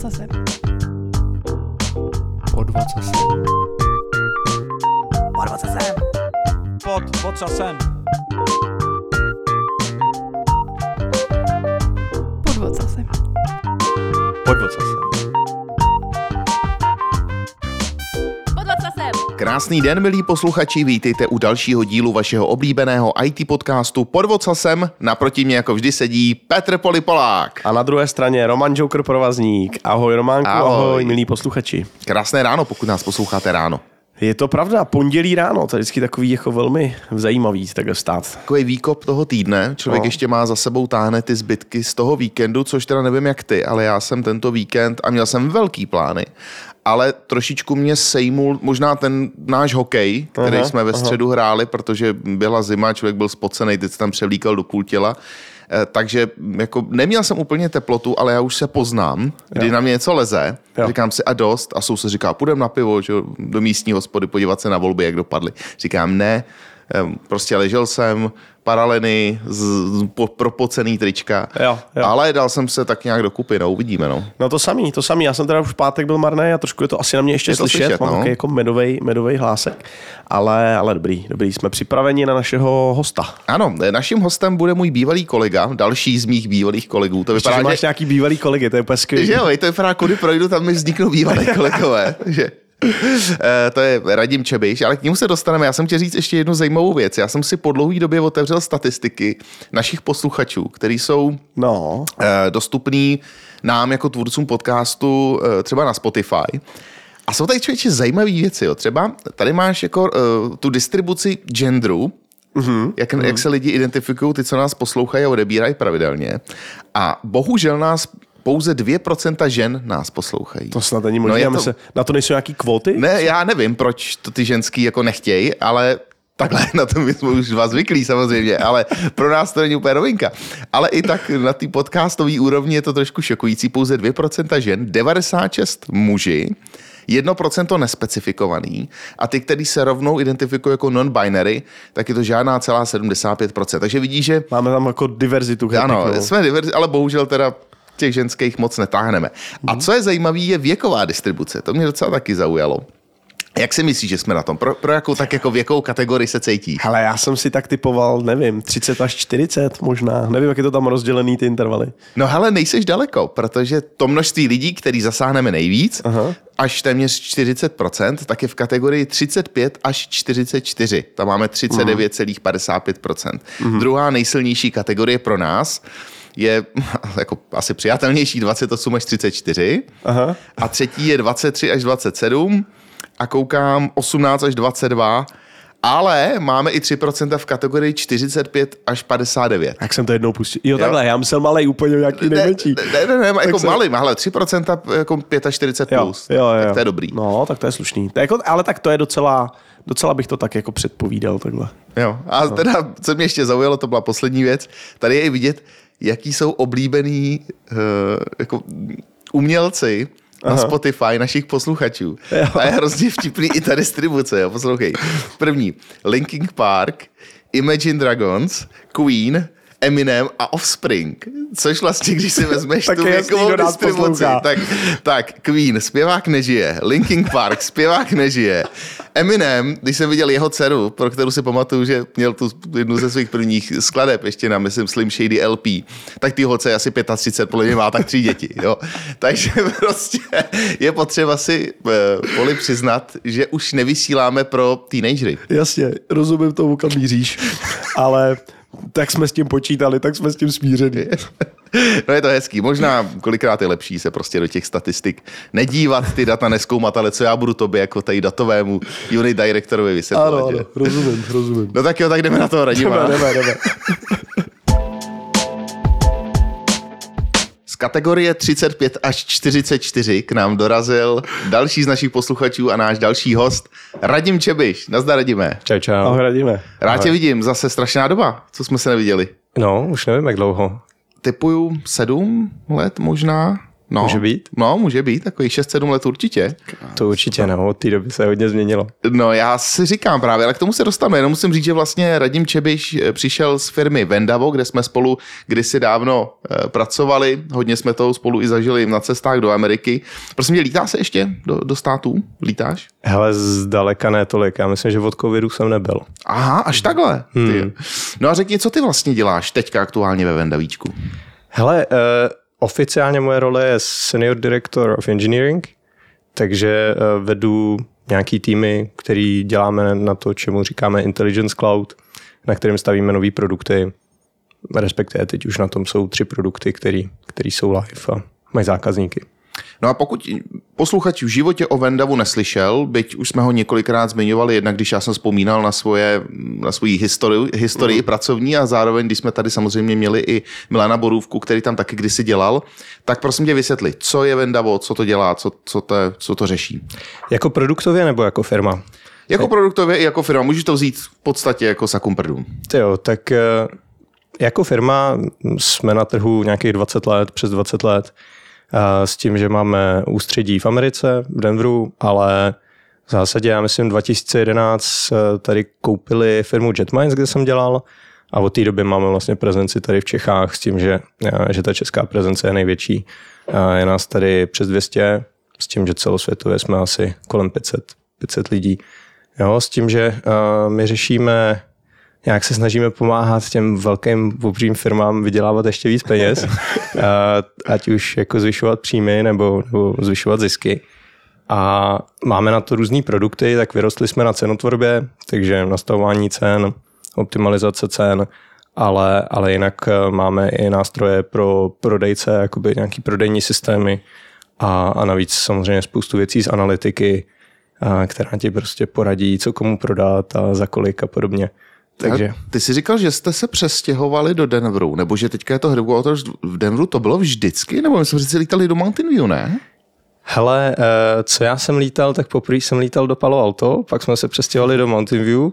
vocasem. Pod vocasem. Pod vocasem. Pod vocasem. Pod vocasem. Pod vocasem. Pod vocasem. Krásný den, milí posluchači, vítejte u dalšího dílu vašeho oblíbeného IT podcastu Pod vocasem. Naproti mě jako vždy sedí Petr Polipolák. A na druhé straně Roman Joker Provazník. Ahoj Románku, ahoj milí posluchači. Krásné ráno, pokud nás posloucháte ráno. Je to pravda, pondělí ráno, to je vždycky takový jako velmi zajímavý takhle vstát. Takový výkop toho týdne, člověk ještě má za sebou, táhne ty zbytky z toho víkendu, což teda nevím jak ty, ale já jsem tento víkend a měl jsem velký plány. Ale trošičku mě sejmul možná ten náš hokej, který jsme ve středu hráli, protože byla zima, člověk byl spocený, teď se tam převlíkal do půl těla. Takže jako neměl jsem úplně teplotu, ale já už se poznám, kdy na mě něco leze. Říkám si a dost a soused říká, půjdem na pivo, že, do místní hospody, podívat se na volby, jak dopadly. Říkám ne, prostě ležel jsem, paraleny, propocený trička, jo. Ale dal jsem se tak nějak dokupy, no, uvidíme. No to samý, já jsem teda už v pátek byl marný a trošku je to asi na mě ještě slyšet, mám takový jako medovej hlásek, ale dobrý, jsme připraveni na našeho hosta. Ano, naším hostem bude můj bývalý kolega, další z mých bývalých kolegů. To vypadá, že máš nějaký bývalý kolegy, to je úplně skvělý. Že jo, to vypadá, kudy projdu, tam mi vzniknou bývalé kolegové, že... To je Radim Čebiš, ale k němu se dostaneme. Já jsem chtěl říct ještě jednu zajímavou věc. Já jsem si po dlouhé době otevřel statistiky našich posluchačů, který jsou dostupný nám jako tvůrcům podcastu třeba na Spotify. A jsou tady člověče zajímavé věci. Jo. Třeba tady máš jako tu distribuci genderu, jak se lidi identifikují, ty, co nás poslouchají a odebírají pravidelně. A bohužel nás pouze 2% žen nás poslouchají. To snad ani možná, na to nejsou nějaký kvóty? Ne, já nevím, proč to ty ženský jako nechtějí, ale takhle na to my jsme už vás zvyklí samozřejmě, ale pro nás to není úplně novinka. Ale i tak na té podcastové úrovni je to trošku šokující. Pouze 2% žen, 96 muži, 1% nespecifikovaný a ty, který se rovnou identifikují jako non-binary, tak je to žádná celá 75%. Takže vidíš, že... Máme tam jako diverzitu. Ano, jsme diverzitu, ale bohužel teda těch ženských moc netáhneme. A co je zajímavé, je věková distribuce. To mě docela taky zaujalo. Jak si myslíš, že jsme na tom? Pro jakou tak jako věkovou kategorii se cítíš? Hele, já jsem si tak typoval, nevím, 30 až 40 možná. Nevím, jak je to tam rozdělený ty intervaly. No hele, nejseš daleko, protože to množství lidí, který zasáhneme nejvíc, až téměř 40%, tak je v kategorii 35 až 44. Tam máme 39,55%. Druhá nejsilnější kategorie pro nás je jako asi přijatelnější 28 až 34. A třetí je 23 až 27 a koukám 18 až 22, ale máme i 3% v kategorii 45 až 59. Jak jsem to jednou pustil. Jo, takhle, já myslel malej úplně nějaký nejmenší. Ne, jako malý, ale 3% jako 45 plus. Jo. Tak to je dobrý. No, tak to je slušný. Ale tak to je docela bych to tak jako předpovídal takhle. Jo, a teda, co mě ještě zaujalo, to byla poslední věc. Tady je i vidět, jaký jsou oblíbený jako umělci na Spotify našich posluchačů. Jo. A je hrozně vtipný i ta distribuce, jo, poslouchej. První, Linkin Park, Imagine Dragons, Queen, Eminem a Offspring. Což vlastně, když si vezmeš tu věkovou distribuci, tak Queen, zpěvák nežije, Linkin Park, zpěvák nežije, Eminem, když jsem viděl jeho dceru, pro kterou si pamatuju, že měl tu jednu ze svých prvních skladeb ještě na, myslím, Slim Shady LP, tak ty holce je asi 35, podle mě má tak 3 děti. Jo. Takže prostě je potřeba si Poli přiznat, že už nevysíláme pro teenagery. Jasně, rozumím tomu, kam míříš, ale tak jsme s tím počítali, tak jsme s tím smířeni. No je to hezký. Možná kolikrát je lepší se prostě do těch statistik nedívat, ty data nezkoumat, ale co já budu tobě jako tady datovému unit directorovi vysvětlovat. Ano, rozumím. No tak jo, tak jdeme na to, Radima. Jdeme. Z kategorie 35 až 44 k nám dorazil další z našich posluchačů a náš další host, Radim Čebiš. Nazdar, Radime. Čau. Ahoj, Radime. Rád tě vidím, zase strašná doba, co jsme se neviděli. No, už nevím, jak dlouho. Typuju 7 let možná, No, může být? No, může být, takových 6-7 let určitě. To určitě, no, od té doby se hodně změnilo. No, já si říkám právě, ale k tomu se dostanu. Jenom musím říct, že vlastně Radim Čebiš přišel z firmy Vendavo, kde jsme spolu kdysi dávno pracovali. Hodně jsme toho spolu i zažili na cestách do Ameriky. Prosím tě, lítá se ještě do států? Lítáš? Hele, zdaleka ne tolik. Já myslím, že od covidu jsem nebyl. Aha, až takhle. No a řekni, co ty vlastně děláš teďka aktuálně ve Vendavíčku? Hele, oficiálně moje role je Senior Director of Engineering, takže vedu nějaký týmy, který děláme na to, čemu říkáme Intelligence Cloud, na kterém stavíme nové produkty. Respektive teď už na tom jsou 3 produkty, které jsou live a mají zákazníky. No a pokud posluchač v životě o Vendavu neslyšel, byť už jsme ho několikrát zmiňovali, jednak když já jsem vzpomínal na svoji historii pracovní a zároveň, když jsme tady samozřejmě měli i Milana Borůvku, který tam taky kdysi dělal, tak prosím tě vysvětli, co je Vendavo, co to dělá, co to řeší. Jako produktově nebo jako firma? Jako produktově i jako firma, můžeš to vzít v podstatě jako sakum prdům. Jo, tak jako firma jsme na trhu nějakých 20 let, přes 20 let, s tím, že máme ústředí v Americe, v Denveru, ale v zásadě já myslím 2011 tady koupili firmu JetMinds, kde jsem dělal a od té doby máme vlastně prezenci tady v Čechách s tím, že ta česká prezence je největší. Je nás tady přes 200, s tím, že celosvětově jsme asi kolem 500 lidí. Jo, s tím, že my řešíme, nějak se snažíme pomáhat těm velkým obřím firmám vydělávat ještě víc peněz, ať už jako zvyšovat příjmy nebo zvyšovat zisky. A máme na to různý produkty, tak vyrostli jsme na cenotvorbě, takže nastavování cen, optimalizace cen, ale jinak máme i nástroje pro prodejce, jakoby nějaký prodejní systémy a navíc samozřejmě spoustu věcí z analytiky, která ti prostě poradí, co komu prodat a za kolik a podobně. Takže. Ty jsi říkal, že jste se přestěhovali do Denveru, nebo že teďka je to headquarters v Denveru, to bylo vždycky? Nebo my jsme si lítali do Mountain View, ne? Hele, co já jsem lítal, tak poprvé jsem lítal do Palo Alto, pak jsme se přestěhovali do Mountain View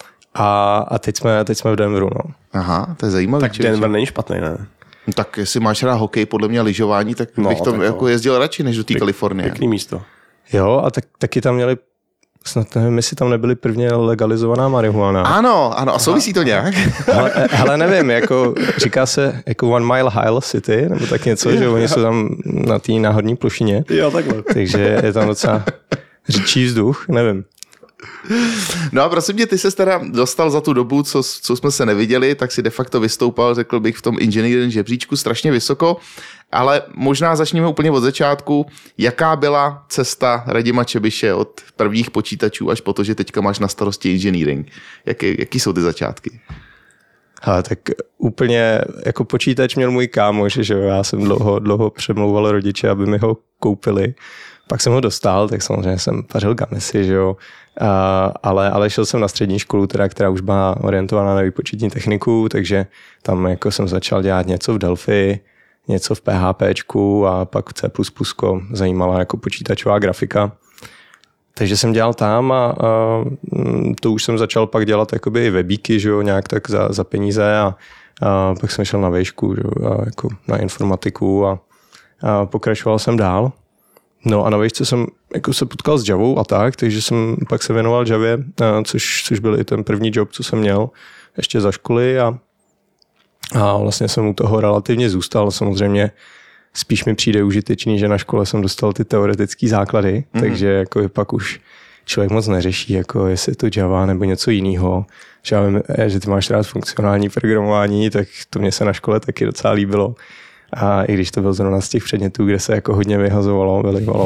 a teď jsme v Denveru. No. Aha, to je zajímavé. Tak Denver není špatný, ne? No, tak jestli máš rád hokej, podle mě lyžování, tak bych to jako jezdil radši, než do té Kalifornie. Pěkný místo. Jo, a taky tam měli, snad nevím, jestli tam nebyly prvně legalizovaná marihuana. Ano, a souvisí to nějak? Hele, nevím, jako říká se jako One Mile High City, nebo tak něco, že oni jsou tam na té náhodní plošině. Jo, takhle. Takže je tam docela řidčí vzduch, nevím. No a prosím tě, ty ses teda dostal za tu dobu, co jsme se neviděli, tak si de facto vystoupal, řekl bych, v tom engineering žebříčku strašně vysoko, ale možná začněme úplně od začátku. Jaká byla cesta Radima Čebiše od prvních počítačů až po to, že teďka máš na starosti engineering? Jaký jsou ty začátky? Ale tak úplně jako počítač měl můj kámoš, že jo, já jsem dlouho přemlouval rodiče, aby mi ho koupili. Pak jsem ho dostal, tak samozřejmě jsem pařil gamesy, že jo. Ale šel jsem na střední školu, která už byla orientovaná na výpočetní techniku, takže tam jako jsem začal dělat něco v Delphi, něco v PHPčku a pak v C++ zajímala jako počítačová grafika. Takže jsem dělal tam a to už jsem začal pak dělat jakoby webíky, že jo, nějak tak za peníze a pak jsem šel na výšku, že jo, jako na informatiku a pokračoval jsem dál. No a na výšce jsem jako se potkal s Javou a tak, takže jsem pak se věnoval Javě, což byl i ten první job, co jsem měl ještě za školy a vlastně jsem u toho relativně zůstal. Samozřejmě spíš mi přijde užitečný, že na škole jsem dostal ty teoretické základy, takže jako pak už člověk moc neřeší, jako jestli je to Java nebo něco jiného. Že já vím, že ty máš rád funkcionální programování, tak to mě se na škole taky docela líbilo. A i když to byl zrovna z těch předmětů, kde se jako hodně vyhazovalo,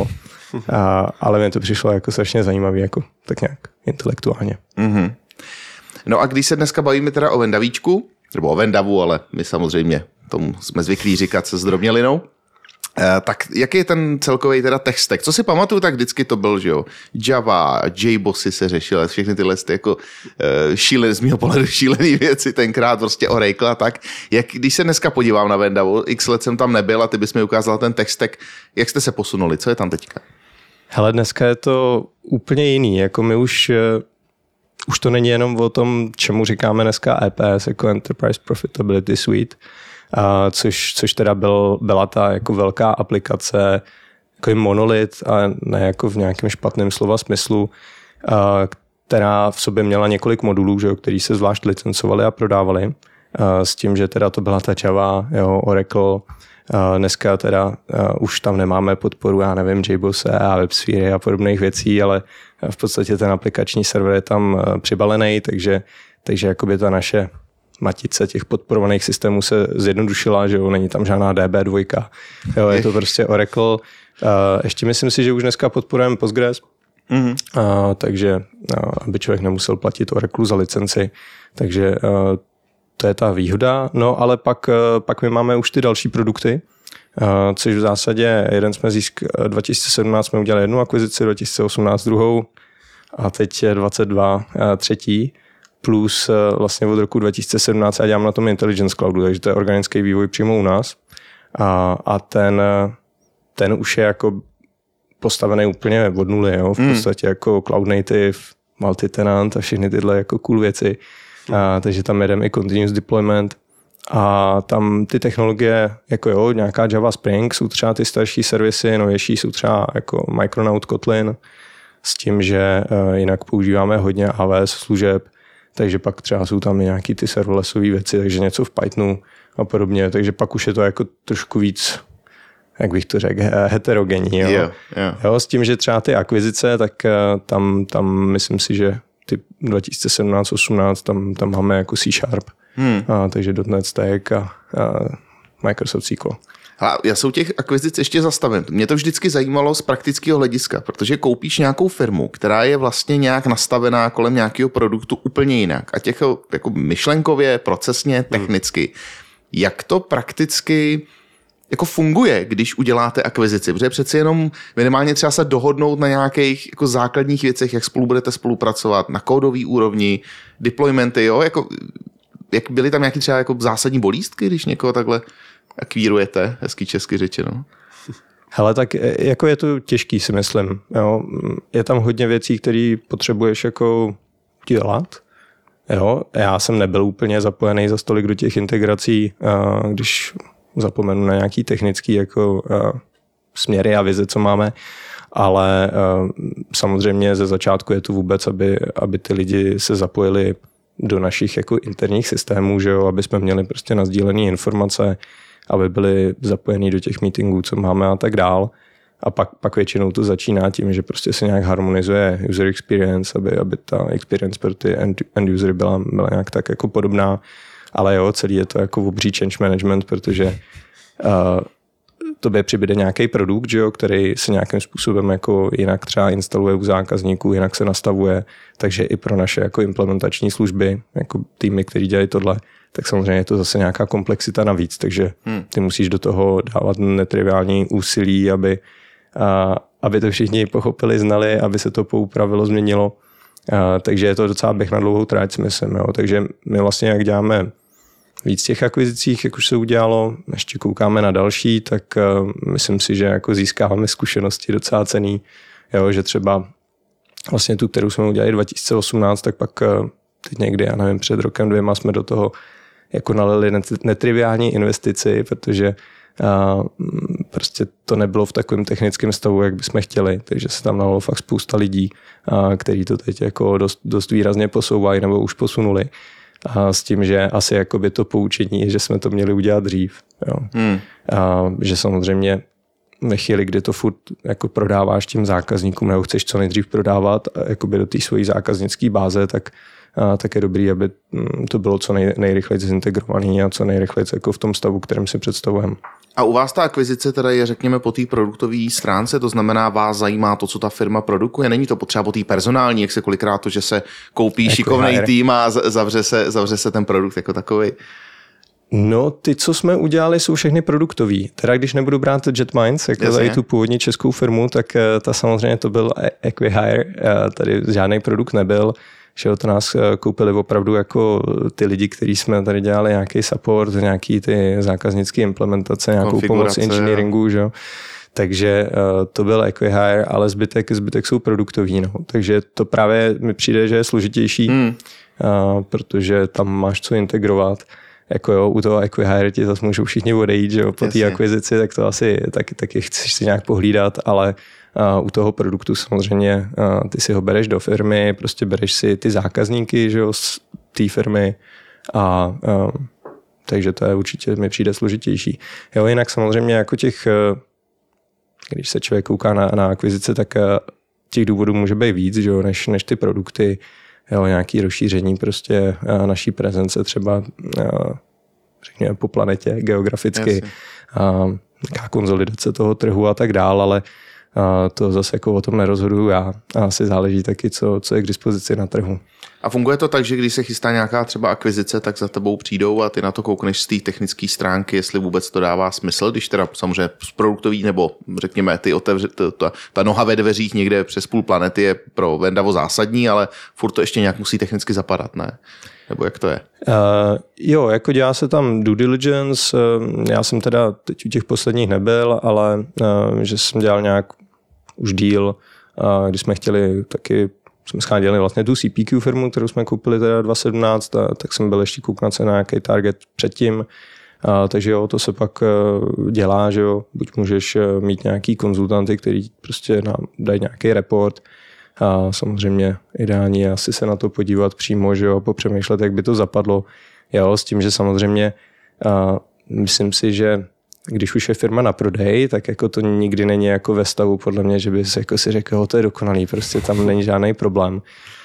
ale mě to přišlo jako strašně zajímavý, jako tak nějak intelektuálně. Mm-hmm. No a když se dneska bavíme teda o Vendavíčku, nebo o Vendavu, ale my samozřejmě tomu jsme zvyklí říkat se zdrobnělinou, tak jaký je ten celkový teda tech stack? Co si pamatuju, tak vždycky to byl, že jo, Java, JBossy se řešily, všechny tyhle jako z mého pohledu šílený věci, tenkrát prostě Oracle a tak. Když se dneska podívám na Vendavu, x let jsem tam nebyl a ty bys mi ukázal ten tech stack, jak jste se posunuli, co je tam teďka? Hele, dneska je to úplně jiný, jako my už to není jenom o tom, čemu říkáme dneska EPS, jako Enterprise Profitability Suite, což teda byla ta jako velká aplikace, jako monolit, a ne jako v nějakém špatném slova smyslu, která v sobě měla několik modulů, že, který se zvlášť licencovali a prodávali, s tím, že teda to byla ta Java, jo, Oracle. Dneska teda už tam nemáme podporu, já nevím, JBosse a WebSphere a podobných věcí, ale v podstatě ten aplikační server je tam přibalený, takže jakoby ta naše matice těch podporovaných systémů se zjednodušila, že jo, není tam žádná DB2, jo, je to prostě Oracle. Ještě myslím si, že už dneska podporujeme Postgres, takže aby člověk nemusel platit Oracle za licenci, takže to je ta výhoda, no ale pak my máme už ty další produkty, což v zásadě jeden jsme 2017 jsme udělali jednu akvizici, 2018 druhou a teď je 22 třetí, plus vlastně od roku 2017 já dělám na tom Intelligence Cloudu, takže to je organický vývoj přímo u nás a ten už je jako postavený úplně od nuly, jo? V podstatě jako Cloud Native, multi-tenant a všechny tyhle jako cool věci. Takže tam jedeme i continuous deployment a tam ty technologie, jako jo, nějaká Java Spring, jsou třeba ty starší servisy, novější jsou třeba jako Micronaut Kotlin, s tím, že jinak používáme hodně AWS služeb, takže pak třeba jsou tam i nějaký ty serverlessové věci, takže něco v Pythonu a podobně, takže pak už je to jako trošku víc, jak bych to řekl, heterogenní. Jo? Yeah. Jo, s tím, že třeba ty akvizice, tak tam myslím si, že ty 2017-18 tam máme jako C#, takže .NET Stack a Microsoft SQL. Já se u těch akvizic ještě zastavím. Mě to vždycky zajímalo z praktického hlediska, protože koupíš nějakou firmu, která je vlastně nějak nastavená kolem nějakého produktu úplně jinak. A těch jako myšlenkově, procesně, technicky. Jak to prakticky jako funguje, když uděláte akvizici? Protože přeci jenom minimálně třeba se dohodnout na nějakých jako základních věcech, jak spolu budete spolupracovat, na kódový úrovni, deploymenty, jo? Jako, jak byly tam nějaký třeba jako zásadní bolístky, když někoho takhle akvírujete, hezky česky řečeno? Hele, tak jako je to těžký, si myslím. Jo? Je tam hodně věcí, které potřebuješ jako dělat. Jo? Já jsem nebyl úplně zapojený za stolik do těch integrací, když zapomenu na nějaký technický jako směry a vize, co máme, ale samozřejmě ze začátku je to vůbec, aby ty lidi se zapojili do našich jako interních systémů, že jo, aby jsme měli prostě nasdílené informace, aby byli zapojení do těch meetingů, co máme a tak dál. A pak většinou to začíná tím, že prostě se nějak harmonizuje user experience, aby ta experience pro ty end usery byla nějak tak jako podobná. Ale jo, celý je to jako obří change management, protože tobě přibude nějaký produkt, že jo, který se nějakým způsobem jako jinak třeba instaluje u zákazníků, jinak se nastavuje, takže i pro naše jako implementační služby, jako týmy, který dělají tohle, tak samozřejmě je to zase nějaká komplexita navíc, takže ty musíš do toho dávat netriviální úsilí, aby to všichni pochopili, znali, aby se to poupravilo, změnilo. Takže je to docela běh na dlouhou trať, si myslím. Jo. Takže my vlastně, jak děláme víc těch akvizicích, jak už se udělalo, ještě koukáme na další, tak myslím si, že jako získáváme zkušenosti docela cenný. Jo, že třeba vlastně tu, kterou jsme udělali 2018, tak pak teď někdy, já nevím, před rokem, 2 jsme do toho jako nalili netriviální investici, protože prostě to nebylo v takovém technickém stavu, jak bychom chtěli, takže se tam nalilo fakt spousta lidí, kteří to teď jako dost výrazně posouvají nebo už posunuli. A s tím, že asi jakoby to poučení je, že jsme to měli udělat dřív. Jo. Že samozřejmě ve chvíli, kdy to furt jako prodáváš těm zákazníkům nebo chceš co nejdřív prodávat jakoby do té svojí zákaznické báze, tak je dobrý, aby to bylo co nejrychleji zintegrovaný a co nejrychleji jako v tom stavu, kterým si představujeme. A u vás ta akvizice teda je, řekněme, po té produktové stránce, to znamená, vás zajímá to, co ta firma produkuje, není to potřeba po té personální, jak se kolikrát to, že se koupí šikovnej tým a zavře se ten produkt jako takový. No, ty, co jsme udělali, jsou všechny produktový. Teda když nebudu brát JetMinds, jako za tu původní českou firmu, tak ta samozřejmě to byl Acquihire, tady žádný produkt nebyl. Že to nás koupili opravdu jako ty lidi, kteří jsme tady dělali nějaký support, nějaký ty zákaznické implementace, nějakou pomoc engineeringu, že? Takže to byl Acquihire, ale zbytek jsou produktový. No. Takže to právě mi přijde, že je složitější, protože tam máš co integrovat. jako jo, u toho acquihire ti zase můžou všichni odejít, že jo, po té akvizici, tak to asi taky chceš si nějak pohlídat, ale u toho produktu samozřejmě ty si ho bereš do firmy, prostě bereš si ty zákazníky, že jo, z té firmy a takže to je určitě mi přijde složitější. Jo, jinak samozřejmě jako když se člověk kouká na akvizice, tak těch důvodů může být víc, že jo, než ty produkty, jo, nějaké rozšíření prostě naší prezence třeba řekněme po planetě geograficky, nějaká konzolidace toho trhu a tak dál, ale to zase jako o tom nerozhoduju já. Asi záleží taky, co je k dispozici na trhu. A funguje to tak, že když se chystá nějaká třeba akvizice, tak za tebou přijdou a ty na to koukneš z té technické stránky, jestli vůbec to dává smysl, když teda samozřejmě z produktový nebo řekněme ta noha ve dveřích někde přes půl planety je pro Vendavo zásadní, ale furt to ještě nějak musí technicky zapadat, ne? Nebo jak to je? Jo, jako dělá se tam due diligence, já jsem teda teď u těch posledních nebyl, ale že jsem dělal nějak už deal, když jsme chtěli taky, jsme scháděli vlastně tu CPQ firmu, kterou jsme koupili teda 2017, tak jsem byl ještě kouknat se na nějaký target předtím, takže jo, to se pak dělá, že jo, buď můžeš mít nějaký konzultanty, který prostě nám dají nějaký report, a samozřejmě ideální je asi se na to podívat přímo, že jo, popřemýšlet, jak by to zapadlo. Jo, s tím, že samozřejmě myslím si, že když už je firma na prodej, tak jako to nikdy není jako ve stavu podle mě, že bys jako si řekl, to je dokonalý, prostě tam není žádný problém.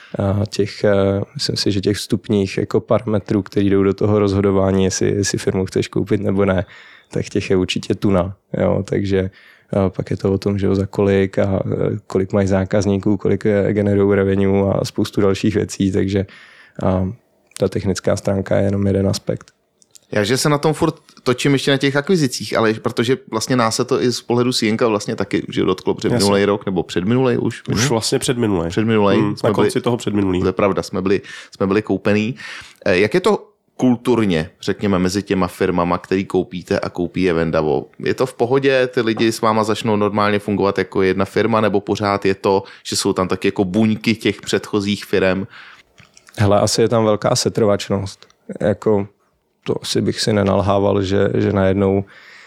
Myslím si, že těch vstupních jako parametrů, které jdou do toho rozhodování, jestli firmu chceš koupit nebo ne, tak těch je určitě tuna. Jo, takže pak je to o tom, že jo, za kolik a kolik mají zákazníků, kolik generují revenue a spoustu dalších věcí, takže ta technická stránka je jenom jeden aspekt. Já, že se na tom furt točím ještě na těch akvizicích, ale protože vlastně nás se to i z pohledu Sienka vlastně taky že dotklo minulý rok, nebo předminulej už. Už vlastně předminulej. Na konci toho předminulý. To je pravda, jsme byli koupený. Jak je to kulturně, řekněme, mezi těma firmama, který koupíte a koupí je Vendavo? Je to v pohodě, ty lidi s váma začnou normálně fungovat jako jedna firma, nebo pořád je to, že jsou tam taky jako buňky těch předchozích firem? Hele, asi je tam velká setrvačnost. Jako to asi bych si nenalhával, že najednou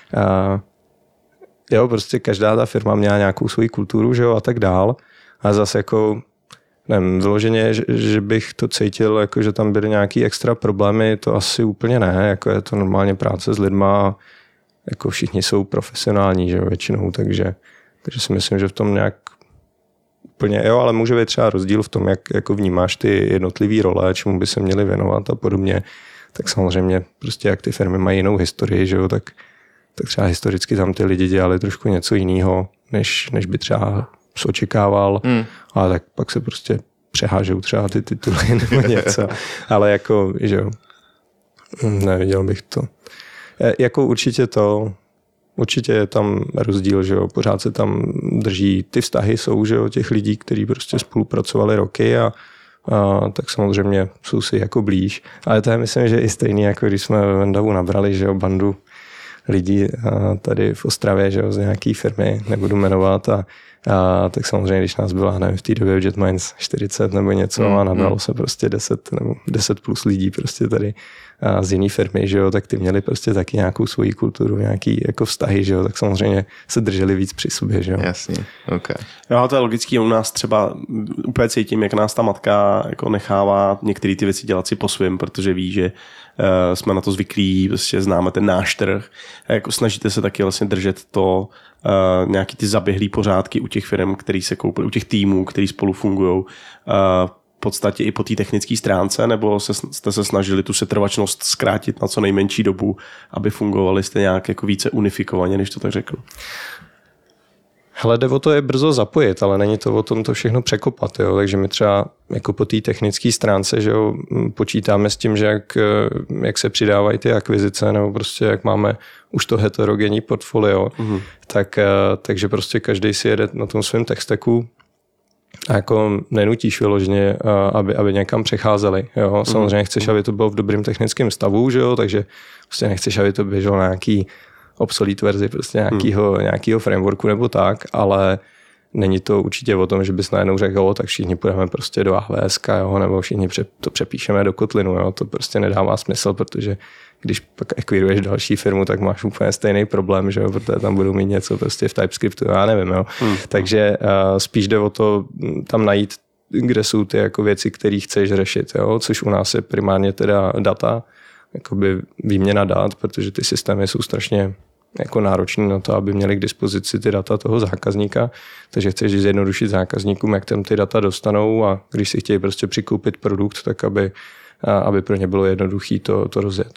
jo, prostě každá ta firma měla nějakou svoji kulturu, že jo, a tak dál. A zase jako nevím, vyloženě, že bych to cítil, jako že tam byly nějaký extra problémy, to asi úplně ne, jako je to normálně práce s lidma, jako všichni jsou profesionální, že jo, většinou, takže si myslím, že v tom nějak úplně, jo, ale může být třeba rozdíl v tom, jak jako vnímáš ty jednotlivé role, čemu by se měly věnovat a podobně. Tak samozřejmě prostě jak ty firmy mají jinou historii, že jo, tak třeba historicky tam ty lidi dělali trošku něco jiného, než by třeba očekával, ale tak pak se prostě přehážou třeba ty tituly nebo něco, ale jako, že jo, neviděl bych to. Jako určitě je tam rozdíl, že jo, pořád se tam drží, ty vztahy jsou, že jo, těch lidí, kteří prostě spolupracovali roky a tak samozřejmě jsou si jako blíž. Ale to je myslím, že i stejný, jako když jsme ve Vendavu nabrali, že jo, bandu lidí tady v Ostravě, že jo, z nějaký firmy, nebudu jmenovat a tak samozřejmě, když nás byla, nevím, v té době v JetMinds 40 nebo něco a nabralo se prostě 10 plus lidí prostě tady z jiný firmy, že jo, tak ty měli prostě taky nějakou svoji kulturu, nějaký jako vztahy, že jo, tak samozřejmě se drželi víc při sobě, že jo. Jasně, okay. Jo, to je logický, u nás třeba úplně cítím, jak nás ta matka jako nechává některé ty věci dělat si po svým, protože ví, že jsme na to zvyklí, prostě známe ten náš trh. Jako snažíte se taky vlastně držet to nějaký ty zaběhlý pořádky u těch firm, který se koupili, u těch týmů, který spolu fungují v podstatě i po té technické stránce, nebo jste se snažili tu setrvačnost zkrátit na co nejmenší dobu, aby fungovali jste nějak jako více unifikovaně, když to tak řeknu? Hele, jde o to je brzo zapojit, ale není to o tom to všechno překopat, jo? Takže my třeba jako po té technické stránce, že jo, počítáme s tím, že jak se přidávají ty akvizice, nebo prostě jak máme už to heterogenní portfolio, takže prostě každý si jede na tom svém tech stacku a jako nenutíš vyloženě, aby někam přecházeli. Jo? Samozřejmě chceš, aby to bylo v dobrém technickém stavu, že jo? Takže prostě nechceš, aby to běželo na nějaký obsolete verzi prostě nějakého frameworku nebo tak, ale není to určitě o tom, že bys najednou řekl, tak všichni půjdeme prostě do AWS, jo, nebo všichni to přepíšeme do Kotlinu, jo, to prostě nedává smysl, protože když pak ekviruješ další firmu, tak máš úplně stejný problém, že jo, protože tam budou mít něco prostě v TypeScriptu, já nevím, jo. Takže spíš jde o to tam najít, kde jsou ty jako věci, které chceš řešit, jo, což u nás je primárně teda data, jakoby výměna dat, protože ty systémy jsou strašně jako náročný na to, aby měli k dispozici ty data toho zákazníka, takže chceš zjednodušit zákazníkům, jak tam ty data dostanou a když si chtějí prostě přikoupit produkt, tak aby pro ně bylo jednoduché to rozjet.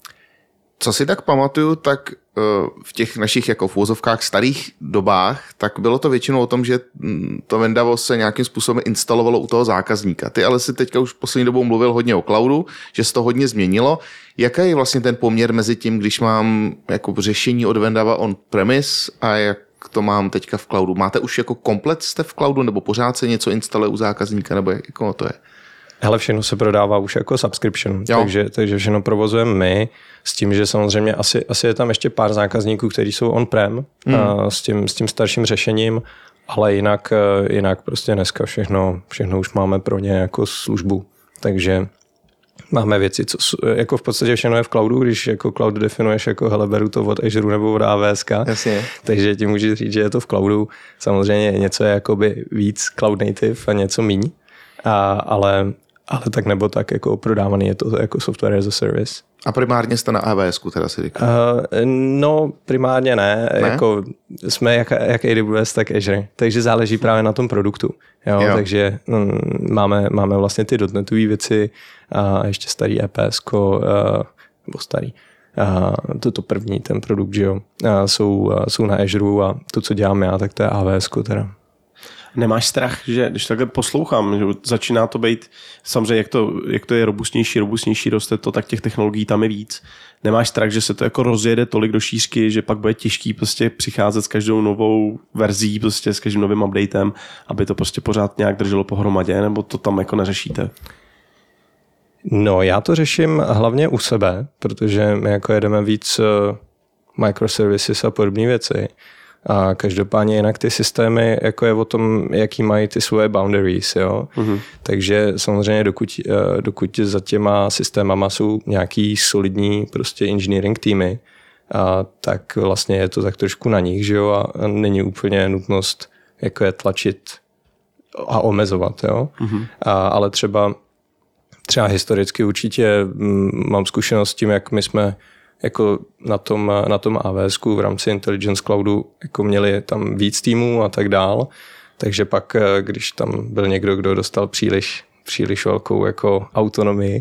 Co si tak pamatuju, tak v těch našich jako v uvozovkách starých dobách, tak bylo to většinou o tom, že to Vendavo se nějakým způsobem instalovalo u toho zákazníka. Ty ale si teďka už poslední dobou mluvil hodně o cloudu, že se to hodně změnilo. Jaký je vlastně ten poměr mezi tím, když mám jako řešení od Vendava on-premise a jak to mám teďka v cloudu? Máte už jako komplet jste v cloudu nebo pořád se něco instaluje u zákazníka nebo jako to je? Hele, všechno se prodává už jako subscription, takže všechno provozujeme my, s tím, že samozřejmě asi je tam ještě pár zákazníků, kteří jsou on-prem s tím starším řešením, ale jinak prostě dneska všechno už máme pro ně jako službu, takže máme věci, co jako v podstatě všechno je v cloudu, když jako cloud definuješ jako hele, beru to od Azure nebo od AWS, takže ti můžu říct, že je to v cloudu, samozřejmě něco je jakoby víc cloud native a něco míň, ale tak nebo tak jako prodávaný je to jako software as a service. A primárně jste na AWS-ku teda si říkal? No, primárně ne? Jako jsme jak AWS, tak Azure, takže záleží právě na tom produktu. Jo? Takže máme vlastně ty dotnetové věci a ještě starý EPS-ko, nebo starý. To první, ten produkt, že jo, jsou na Azure a to, co dělám já, tak to je AWS-ko teda. Nemáš strach, že když takhle poslouchám, že začíná to být, samozřejmě jak to je robustnější roste to, tak těch technologií tam je víc. Nemáš strach, že se to jako rozjede tolik do šířky, že pak bude těžký prostě přicházet s každou novou verzí, prostě s každým novým updatem, aby to prostě pořád nějak drželo pohromadě, nebo to tam jako neřešíte? No, já to řeším hlavně u sebe, protože my jako jedeme víc microservices a podobné věci. A každopádně jinak ty systémy jako je o tom, jaký mají ty svoje boundaries, jo. Takže samozřejmě dokud za těma systémama jsou nějaký solidní prostě engineering týmy, tak vlastně je to tak trošku na nich, že jo, a není úplně nutnost jako je tlačit a omezovat, jo. Ale třeba historicky určitě mám zkušenost s tím, jak my jsme jako na tom AWSku v rámci Intelligence Cloudu jako měli tam víc týmů a tak dál. Takže pak, když tam byl někdo, kdo dostal příliš velkou jako autonomii,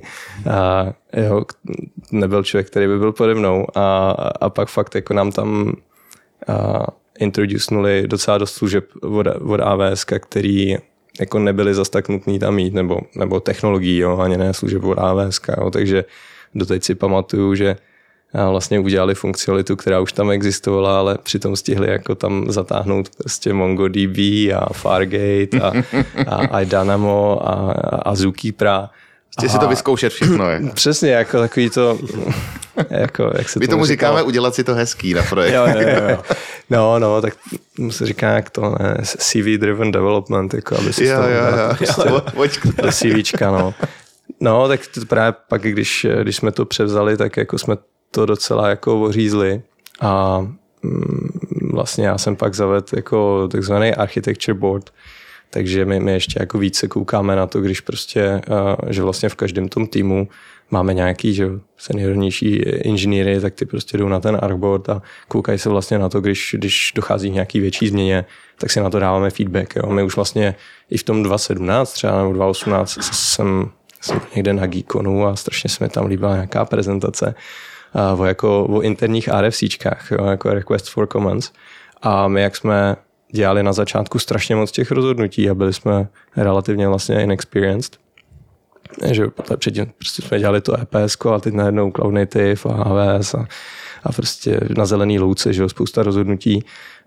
nebyl člověk, který by byl pode mnou a pak fakt jako nám tam introducenuli docela dost služeb od AWSka, který jako nebyly zas tak nutný tam mít, nebo technologií, jo, ani ne služeb od AWSka, jo, takže doteď si pamatuju, že vlastně udělali funkcionalitu, která už tam existovala, ale přitom stihli jako tam zatáhnout prostě MongoDB a Fargate a Dynamo a Zookeepera. Chci si to vyzkoušet všechno. Jako. Přesně, jako takový to... Jako, jak se my tomu říkáme udělat si to hezký na projekt. Jo. No, tak se říká jak to, ne, CV-driven development, jako aby si do CVčka, no. No, tak to právě pak, když jsme to převzali, tak jako jsme to docela jako ořízli a vlastně já jsem pak zavedl jako takzvaný architecture board, takže my ještě jako více koukáme na to, když prostě, že vlastně v každém tom týmu máme nějaký, že seniornější inženýry, tak ty prostě jdou na ten archboard a koukají se vlastně na to, když dochází k nějaký větší změně, tak si na to dáváme feedback. Jo. My už vlastně i v tom 2017 třeba nebo 2018 jsem někde na Geekonu a strašně se mi tam líbila nějaká prezentace o interních RFCčkách, jako Request for Comments. A my, jak jsme dělali na začátku strašně moc těch rozhodnutí a byli jsme relativně vlastně inexperienced, že předtím prostě jsme dělali to EPS a teď najednou Cloud Native a AWS a prostě na zelený louce, že jo, spousta rozhodnutí.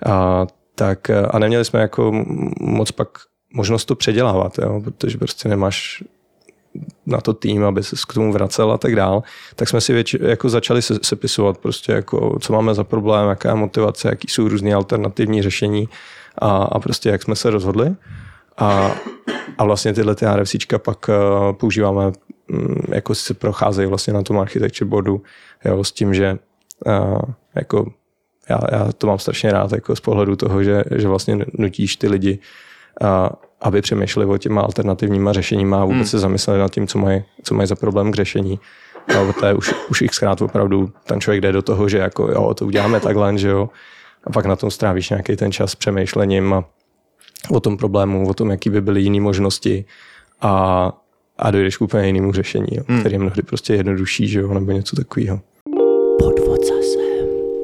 A neměli jsme jako moc pak možnost to předělávat, jo, protože prostě nemáš na to tým, aby se k tomu vracel a tak dál, tak jsme si jako začali sepisovat prostě jako, co máme za problém, jaká je motivace, jaký jsou různé alternativní řešení a prostě jak jsme se rozhodli. A vlastně tyhle ty RFCčka pak používáme jako si procházejí vlastně na tom architecture boardu, jo, s tím, že jako já to mám strašně rád jako z pohledu toho, že vlastně nutíš ty lidi, aby přemýšleli o těma alternativníma řešeníma a vůbec se zamysleli nad tím, co mají za problém k řešení. Jo, to je už xkrát opravdu ten člověk jde do toho, že jako jo, to uděláme takhle, že jo, a pak na tom strávíš nějaký ten čas přemýšlením a o tom problému, o tom, jaký by byly jiné možnosti a dojdeš k úplně jinému řešení, jo, který je mnohdy prostě jednodušší, že jo, nebo něco takového. Podvod zase.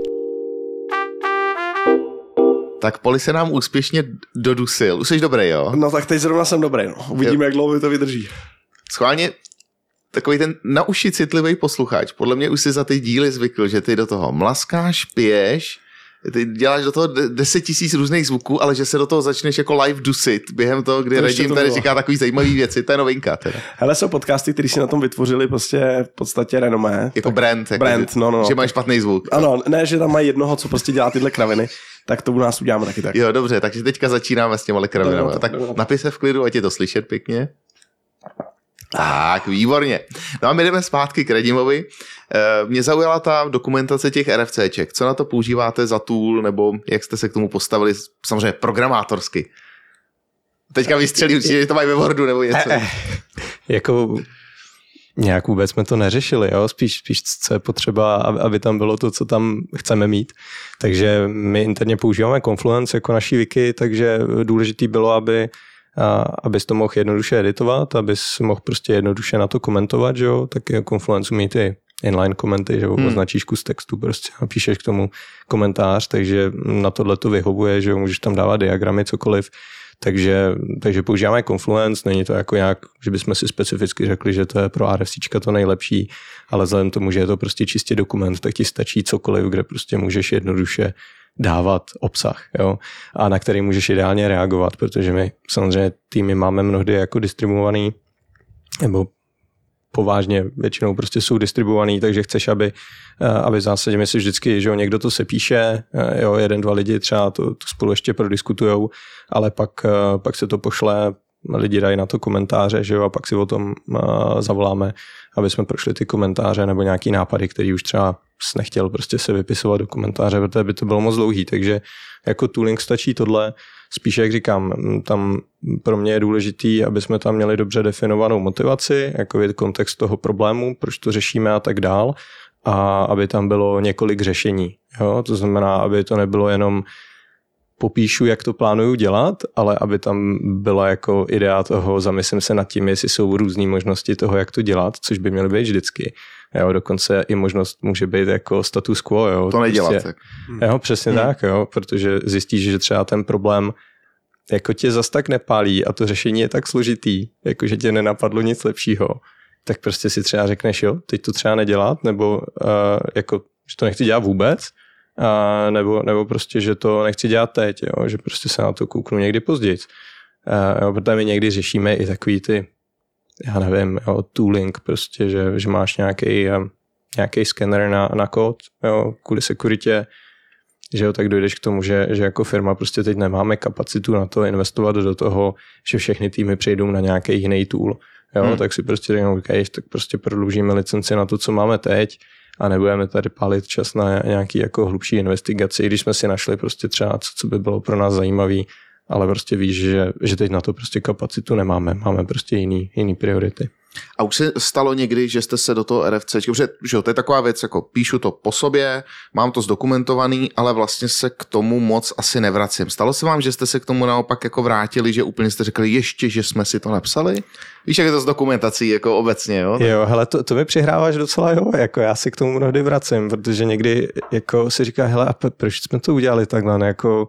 Tak Poli se nám úspěšně dodusil. Už jsi dobrý, jo? No tak teď zrovna jsem dobrý, no. Uvidíme, jak dlouho to vydrží. Schválně takový ten na uši citlivý posluchač. Podle mě už si za ty díly zvykl, že ty do toho mlaskáš, piješ, ty děláš do toho 10 000 různých zvuků, ale že se do toho začneš jako live dusit během toho, kdy Radim tady říká takový zajímavý věci. To je novinka teda. Hele, jsou podcasty, které si na tom vytvořili prostě v podstatě renomé. Jako brand. No. Že mají špatný zvuk. Ano, ne, že tam mají jednoho, co prostě dělá tyhle kraviny, tak to u nás uděláme taky tak. Jo, dobře, takže teďka začínáme s těma kravinama. Tak napij se v klidu, ať je to slyšet pěkně. Tak, výborně. No a my jdeme zpátky k Radimovi. Mě zaujala ta dokumentace těch RFCček. Co na to používáte za tool, nebo jak jste se k tomu postavili, samozřejmě programátorsky? Teďka vystřelí určitě, že to mají ve Wordu nebo něco. Jako nějak vůbec jsme to neřešili, jo? Spíš co je potřeba, aby tam bylo to, co tam chceme mít. Takže my interně používáme Confluence jako naší wiki, takže důležitý bylo, abys to mohl jednoduše editovat, abys mohl prostě jednoduše na to komentovat, že jo, tak Confluence umí ty inline komenty, že jo, označíš kus textu prostě a píšeš k tomu komentář, takže na tohle to vyhovuje, že jo, můžeš tam dávat diagramy, cokoliv, takže používáme Confluence, není to jako nějak, že bychom si specificky řekli, že to je pro RFCčka to nejlepší, ale vzhledem tomu, že je to prostě čistě dokument, tak ti stačí cokoliv, kde prostě můžeš jednoduše dávat obsah, jo, a na který můžeš ideálně reagovat, protože my samozřejmě týmy máme mnohdy jako distribuovaný, nebo povážně většinou prostě jsou distribuovaný, takže chceš, aby v zásadě myslíš vždycky, že jo, někdo to se píše, jo, 1-2 lidi třeba to spolu ještě prodiskutujou, ale pak se to pošle, lidi dají na to komentáře, že jo, a pak si o tom zavoláme, aby jsme prošli ty komentáře nebo nějaký nápady, který už třeba nechtěl prostě se vypisovat do komentáře, protože by to bylo moc dlouhý, takže jako tooling stačí tohle. Spíš, jak říkám, tam pro mě je důležitý, aby jsme tam měli dobře definovanou motivaci, jako je kontext toho problému, proč to řešíme a tak dál, a aby tam bylo několik řešení. Jo? To znamená, aby to nebylo jenom popíšu, jak to plánuju dělat, ale aby tam byla jako idea toho, zamyslím se nad tím, jestli jsou různé možnosti toho, jak to dělat, což by měly být vždycky. Jo, dokonce i možnost může být jako status quo. Jo, to nedělat. Prostě, jo, přesně tak, jo, protože zjistíš, že třeba ten problém jako tě zas tak nepálí a to řešení je tak složitý, jako že tě nenapadlo nic lepšího, tak prostě si třeba řekneš, jo, teď to třeba nedělat, nebo jako, že to nechci dělat vůbec, nebo prostě, že to nechci dělat teď, jo, že prostě se na to kouknu někdy později. Jo, protože my někdy řešíme i takový ty, já nevím, jo, tooling prostě, že máš nějaký skener na kód, jo, kvůli sekuritě, že jo, tak dojdeš k tomu, že jako firma prostě teď nemáme kapacitu na to investovat do toho, že všechny týmy přejdou na nějaký jiný tool, jo, tak si prostě řeknou, tak prostě prodloužíme licenci na to, co máme teď a nebudeme tady pálit čas na nějaký jako hlubší investigaci, když jsme si našli prostě třeba, co by bylo pro nás zajímavý, ale prostě víš, že teď na to prostě kapacitu nemáme, máme prostě jiný priority. A už se stalo někdy, že jste se do toho RFC, že to je taková věc, jako píšu to po sobě, mám to zdokumentovaný, ale vlastně se k tomu moc asi nevracím. Stalo se vám, že jste se k tomu naopak jako vrátili, že úplně jste řekli ještě, že jsme si to napsali? Víš, jak je to s dokumentací jako obecně, jo? Jo, hele, to mi přihráváš docela, jo, jako já si k tomu mnohdy vracím, protože někdy jako si říká, hele, a proč jsme to udělali takhle, ne, jako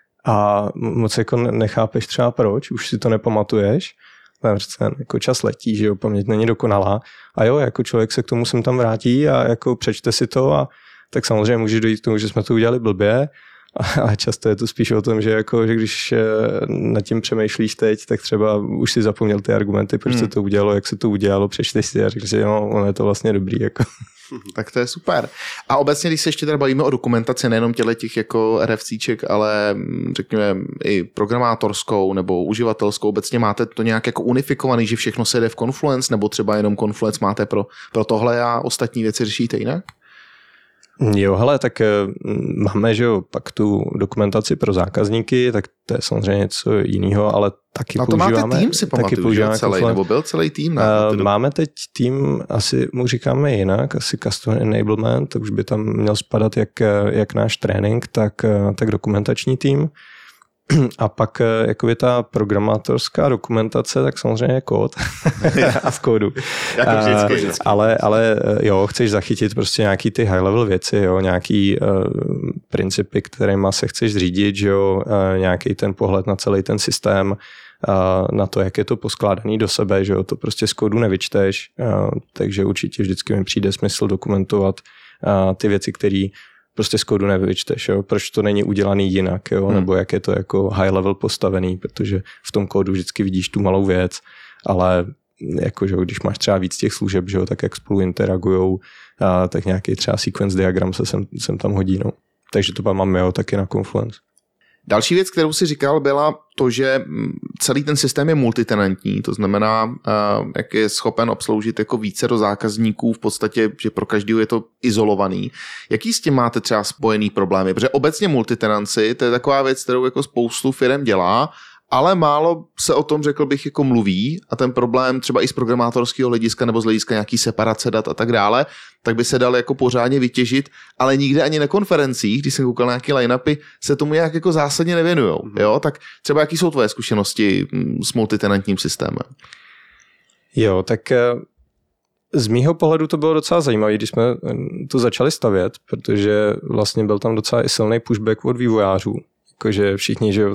a moc jako nechápeš třeba proč, už si to nepamatuješ, jako čas letí, že jo, paměť není dokonalá a jo, jako člověk se k tomu sem tam vrátí a jako přečte si to a tak samozřejmě může dojít k tomu, že jsme to udělali blbě, Ale často je to spíš o tom, že, jako, že když nad tím přemýšlíš teď, tak třeba už si zapomněl ty argumenty, proč se to udělalo, jak se to udělalo, přečteš si a řekl si, no, ono je to vlastně dobrý. Jako. Tak to je super. A obecně, když se ještě teda bavíme o dokumentaci, nejenom těch jako RFCček, ale řekněme i programátorskou nebo uživatelskou, obecně máte to nějak jako unifikovaný, že všechno se jde v Confluence, nebo třeba jenom Confluence máte pro tohle a ostatní věci řešíte jinak? Jo, hele, tak máme, že jo, pak tu dokumentaci pro zákazníky, tak to je samozřejmě něco jiného, ale taky používáme. A to máte tým, si pamatuju, že celý, nebo byl celý tým? Máme teď tým, asi mu říkáme jinak, asi Custom Enablement, to už by tam měl spadat jak náš trénink, tak dokumentační tým. A pak jako je ta programátorská dokumentace, tak samozřejmě je kód a v kódu. Jako vždycky. Ale jo, chceš zachytit prostě nějaký ty high level věci, jo, nějaký principy, kterýma se chceš řídit, že jo, nějaký ten pohled na celý ten systém, na to, jak je to poskládaný do sebe, že jo, to prostě z kódu nevyčteš, takže určitě vždycky mi přijde smysl dokumentovat ty věci, které prostě z kódu nevyčteš, jo? Proč to není udělaný jinak, jo? Nebo jak je to jako high level postavený, protože v tom kódu vždycky vidíš tu malou věc, ale jakože když máš třeba víc těch služeb, že jo, tak jak spolu interagujou, tak nějaký třeba sequence diagram se sem tam hodí, no. Takže to máme jo, taky na Confluence. Další věc, kterou si říkal, byla to, že celý ten systém je multitenantní, to znamená, jak je schopen obsloužit jako více do zákazníků, v podstatě, že pro každého je to izolovaný. Jaký s tím máte třeba spojený problémy? Protože obecně multitenanci, to je taková věc, kterou jako spoustu firem dělá, ale málo se o tom, řekl bych, jako mluví a ten problém třeba i z programátorského hlediska nebo z hlediska nějaký separace dat a tak dále, tak by se dal jako pořádně vytěžit, ale nikde ani na konferencích, když jsem koukal na nějaké line-upy, se tomu nějak jako zásadně nevěnujou. Jo? Tak třeba jaký jsou tvoje zkušenosti s multitenantním systémem? Jo, tak z mýho pohledu to bylo docela zajímavé, když jsme to začali stavět, protože vlastně byl tam docela i silný pushback od vývojářů. Jakože všichni, že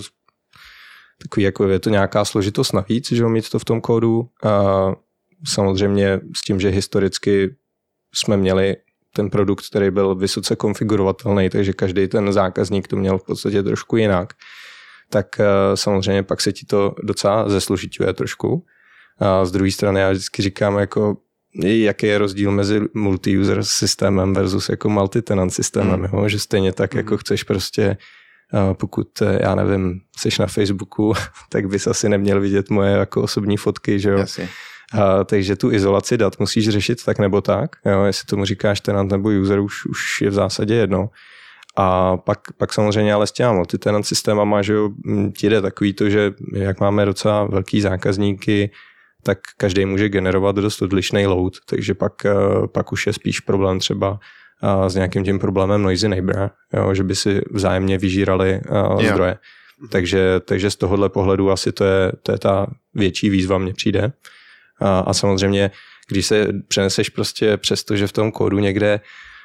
takový jako je to nějaká složitost navíc, že mít to v tom kódu. A samozřejmě s tím, že historicky jsme měli ten produkt, který byl vysoce konfigurovatelný, takže každý ten zákazník to měl v podstatě trošku jinak. Tak samozřejmě pak se ti to docela zesložiťuje trošku. A z druhé strany já vždycky říkám, jako, jaký je rozdíl mezi multi-user systémem versus jako multi-tenant systémem, jo? Že stejně tak jako chceš prostě pokud, já nevím, seš na Facebooku, tak bys asi neměl vidět moje jako osobní fotky, že jo. Takže tu izolaci dat musíš řešit tak nebo tak, jo? Jestli tomu říkáš tenant nebo user, už je v zásadě jedno. A pak samozřejmě ale s těma multitenant systémama, že jo, ti jde takový to, že jak máme docela velký zákazníky, tak každý může generovat dost odlišný load, takže pak už je spíš problém třeba s nějakým tím problémem noisy neighbor, jo, že by si vzájemně vyžírali zdroje. Takže z tohohle pohledu asi to je ta větší výzva, mně přijde. A samozřejmě, když se přeneseš prostě přes to, že v tom kódu někde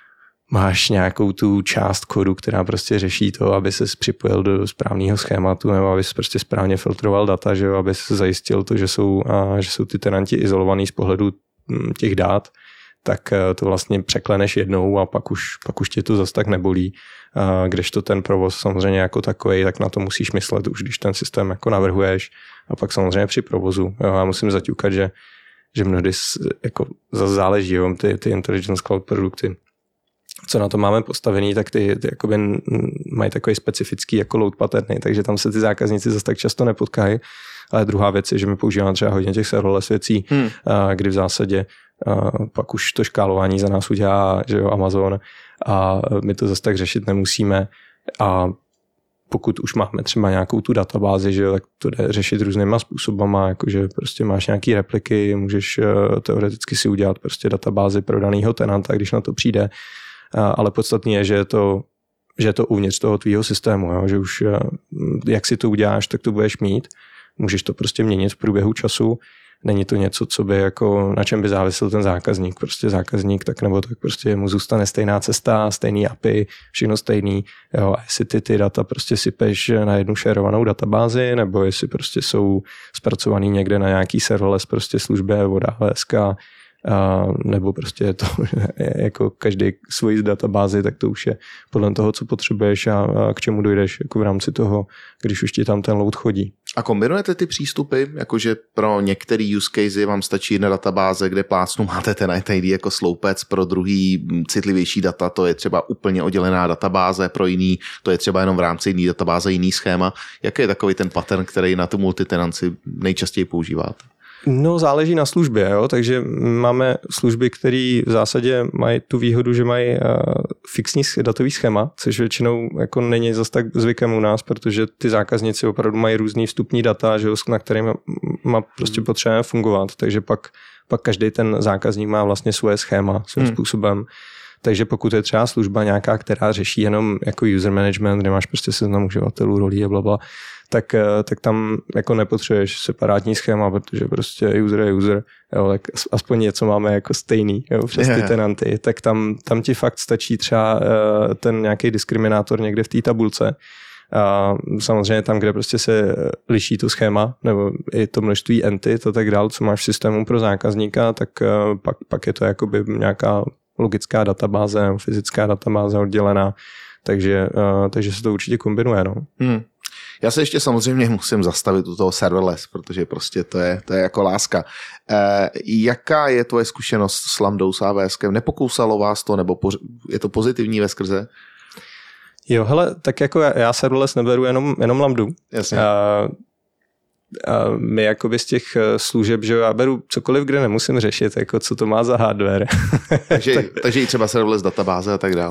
máš nějakou tu část kódu, která prostě řeší to, aby ses připojil do správného schématu nebo aby ses prostě správně filtroval data, že jo, aby se zajistil to, že jsou ty tenanti izolovaný z pohledu těch dat, tak to vlastně překleneš jednou a pak už tě to zas tak nebolí. Kdežto ten provoz samozřejmě jako takový, tak na to musíš myslet už, když ten systém jako navrhuješ a pak samozřejmě při provozu. Jo, já musím zaťukat, že mnohdy jako zase záleží, jo, ty Intelligence Cloud produkty. Co na to máme postavený, tak ty jakoby mají takový specifický jako load patterny, takže tam se ty zákazníci zase tak často nepotkají. Ale druhá věc je, že my používáme třeba hodně těch serverless věcí, kdy v zásadě pak už to škálování za nás udělá, že jo, Amazon a my to zase tak řešit nemusíme a pokud už máme třeba nějakou tu databázi, že jo, tak to jde řešit různýma způsobama, jakože prostě máš nějaký repliky, můžeš teoreticky si udělat prostě databázi pro danýho tenanta, když na to přijde, ale podstatný je, že je to uvnitř toho tvýho systému, jo, že už jak si to uděláš, tak to budeš mít, můžeš to prostě měnit v průběhu času. Není to něco, co by jako, na čem by závisil ten zákazník. Prostě zákazník tak nebo tak prostě mu zůstane stejná cesta, stejný API, všechno stejný. Jo, a jestli ty data prostě sypeš na jednu šerovanou databázi, nebo jestli prostě jsou zpracovaný někde na nějaký serverless prostě službě od AWS, nebo prostě je to jako každý svoji databázi, tak to už je podle toho, co potřebuješ a k čemu dojdeš jako v rámci toho, když už ti tam ten load chodí. A kombinujete ty přístupy, jakože pro některé use casey vám stačí jedna databáze, kde plácnu máte ten ITID jako sloupec, pro druhý citlivější data, to je třeba úplně oddělená databáze, pro jiný, to je třeba jenom v rámci jiný databáze, jiný schéma. Jaký je takový ten pattern, který na tu multitenanci nejčastěji používáte? No, záleží na službě, jo? Takže máme služby, které v zásadě mají tu výhodu, že mají fixní datový schéma, což většinou jako není zase tak zvykem u nás, protože ty zákazníci opravdu mají různý vstupní data, že, na kterými prostě potřebujeme fungovat, takže pak každý ten zákazník má vlastně svoje schéma svým způsobem. Takže pokud je třeba služba nějaká, která řeší jenom jako user management, kde máš prostě seznam uživatelů, rolí a blabla, tak tam jako nepotřebuješ separátní schéma, protože prostě user je user, jo, tak aspoň něco máme jako stejný, jo, přes ty tenanty, tak tam ti fakt stačí třeba ten nějaký diskriminátor někde v té tabulce. A samozřejmě tam, kde prostě se liší to schéma, nebo i to množství entit a tak dál, co máš v systému pro zákazníka, tak pak je to jakoby nějaká logická databáze nebo fyzická databáze oddělená, takže se to určitě kombinuje. No. Já se ještě samozřejmě musím zastavit u toho serverless, protože prostě to je jako láska. Jaká je tvoje zkušenost s Lambdou, s AWSkem? Nepokousalo vás to, nebo je to pozitivní veskrze? Jo, hele, tak jako já serverless neberu jenom Lambdu. Jasně. My jakoby z těch služeb, že já beru cokoliv, kde nemusím řešit, jako co to má za hardware. takže i třeba serverless databáze a tak dále.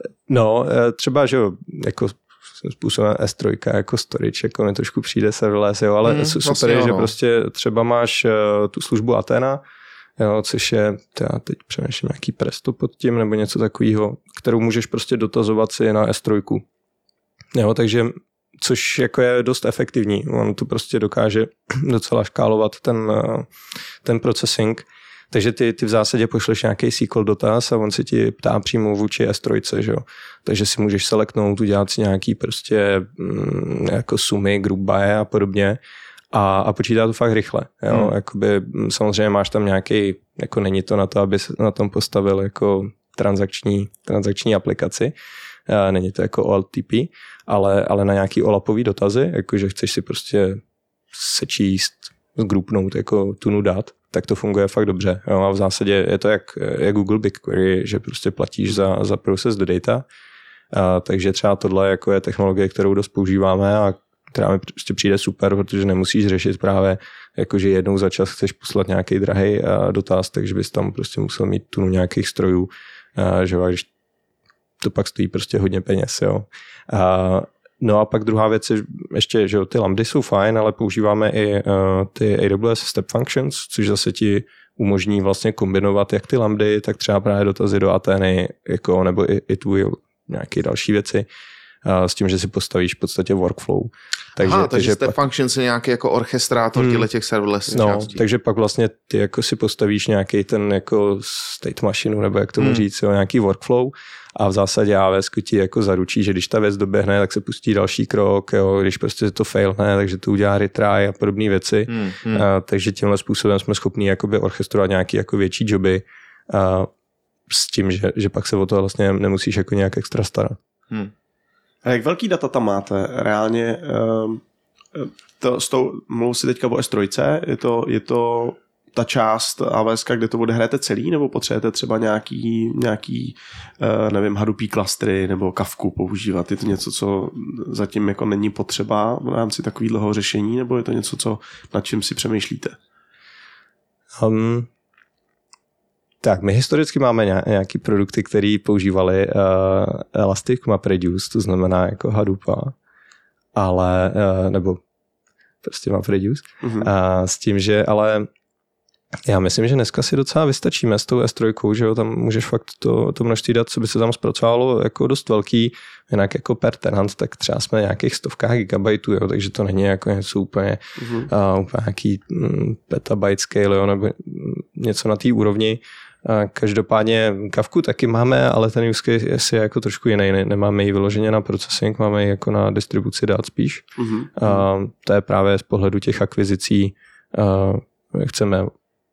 Třeba, že jako způsobem S3 jako storage, jako mi trošku přijde serverless, jo, ale super je, že prostě třeba máš tu službu Athena, jo, což je, já teď přemýšlím nějaký Presto pod tím, nebo něco takového, kterou můžeš prostě dotazovat si na S3. Jo, takže což jako je dost efektivní. On to prostě dokáže docela škálovat ten processing. Takže ty v zásadě pošleš nějaký SQL dotaz a on se ti ptá přímo vůči S3, že jo. Takže si můžeš selektnout, udělat si nějaký prostě jako sumy, group by a podobně a počítá to fakt rychle. Jo. Jakoby, samozřejmě máš tam nějaký, jako není to na to, aby se na tom postavil jako transakční aplikaci. Není to jako OLTP, ale na nějaký OLAPový dotazy, jakože chceš si prostě sečíst, zgrupnout jako tunu dat, tak to funguje fakt dobře. Jo, a v zásadě je to jak Google BigQuery, že prostě platíš za process the data. Takže třeba tohle jako je technologie, kterou dost používáme a která mi prostě přijde super, protože nemusíš řešit právě, jakože jednou za čas chceš poslat nějaký drahý dotaz, takže bys tam prostě musel mít tunu nějakých strojů, že když to pak stojí prostě hodně peněz. Jo. No a pak druhá věc je ještě, že ty lambdy jsou fajn, ale používáme i ty AWS Step Functions, což zase ti umožní vlastně kombinovat jak ty lambdy, tak třeba právě dotazy do Atheny, jako, nebo i tvůj nějaké další věci, s tím, že si postavíš v podstatě workflow. Takže Step Functions je nějaký jako orchestrátor těch serverless částí. Takže pak vlastně ty jako si postavíš nějaký ten jako state machine, nebo jak tomu říct, jo, nějaký workflow a v zásadě AWS ti jako zaručí, že když ta věc doběhne, tak se pustí další krok, jo, když prostě to failne, takže to udělá retry a podobné věci. Takže tímhle způsobem jsme schopní jakoby orchestrovat nějaký jako větší joby s tím, že pak se o to vlastně nemusíš jako nějak extra starat. A jak velký data tam máte? Reálně mluvu si teďka o S3, je to ta část AWS, kde to odehrajete celý, nebo potřebujete třeba nějaký nevím, Hadoopy klastry nebo Kafku používat? Je to něco, co zatím jako není potřeba v rámci takového řešení, nebo je to něco, nad čím si přemýšlíte? Tak, my historicky máme nějaký produkty, které používali Elastic MapReduce, to znamená jako Hadoopa, ale, nebo prostě MapReduce, s tím, že ale já myslím, že dneska si docela vystačíme s tou S3, že jo, tam můžeš fakt to množství dat, co by se tam zpracovalo, jako dost velký, jinak jako per tenant, tak třeba jsme nějakých stovkách gigabajtů, jo, takže to není jako něco úplně nějaký petabyte scale, jo, nebo něco na té úrovni. Každopádně Kafku taky máme, ale ten use case je jako trošku jiný. Nemáme ji vyloženě na processing, máme ji jako na distribuci dat spíš. To je právě z pohledu těch akvizicí, chceme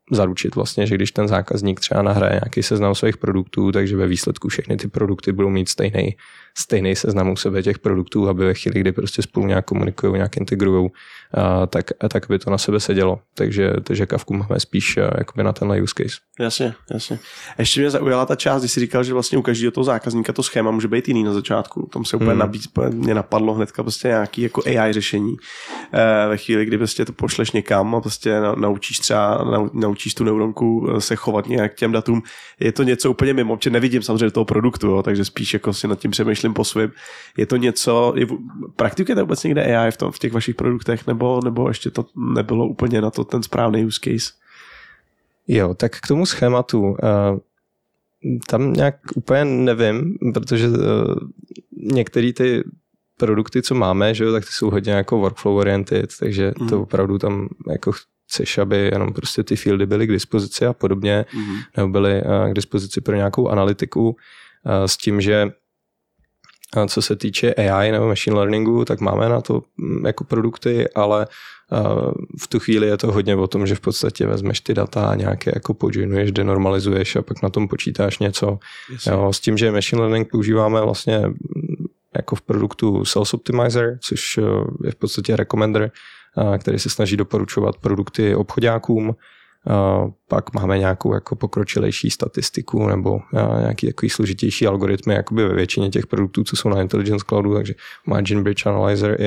zaručit vlastně, že když ten zákazník třeba nahraje nějaký seznam svých produktů, takže ve výsledku všechny ty produkty budou mít stejný seznam u sebe těch produktů, aby ve chvíli, kdy prostě spolu nějak komunikují, nějak integrují, tak by to na sebe sedělo. Takže Kafku máme spíš jakoby na tenhle use case. Jasně. Ještě mě zaujala ta část, když jsi říkal, že vlastně u každého toho zákazníka to schéma může být jiný na začátku. Tam se úplně mě napadlo hnedka prostě nějaký jako AI řešení. Ve chvíli, kdy prostě to pošleš někam a prostě naučíš tu neuronku se chovat nějak k těm datům. Je to něco úplně mimo, že nevidím samozřejmě toho produktu, jo, takže spíš jako si nad tím přemýšlím po svým. Je to něco, praktikujete vůbec někde AI v těch vašich produktech, nebo ještě to nebylo úplně na to ten správný use case? Jo, tak k tomu schématu tam nějak úplně nevím, protože některé ty produkty, co máme, že jo, tak ty jsou hodně jako workflow oriented, takže to opravdu tam jako chceš, aby jenom prostě ty fieldy byly k dispozici a podobně, nebo byly k dispozici pro nějakou analytiku, s tím, že co se týče AI nebo machine learningu, tak máme na to jako produkty, ale v tu chvíli je to hodně o tom, že v podstatě vezmeš ty data a nějaké jako pojoinuješ, denormalizuješ a pak na tom počítáš něco. Jo, s tím, že machine learning používáme vlastně jako v produktu Sales Optimizer, což je v podstatě recommender, který se snaží doporučovat produkty obchodákům. Pak máme nějakou jako pokročilejší statistiku nebo nějaký takový složitější algoritmy jakoby ve většině těch produktů, co jsou na Intelligence Cloudu, takže Margin Bridge Analyzer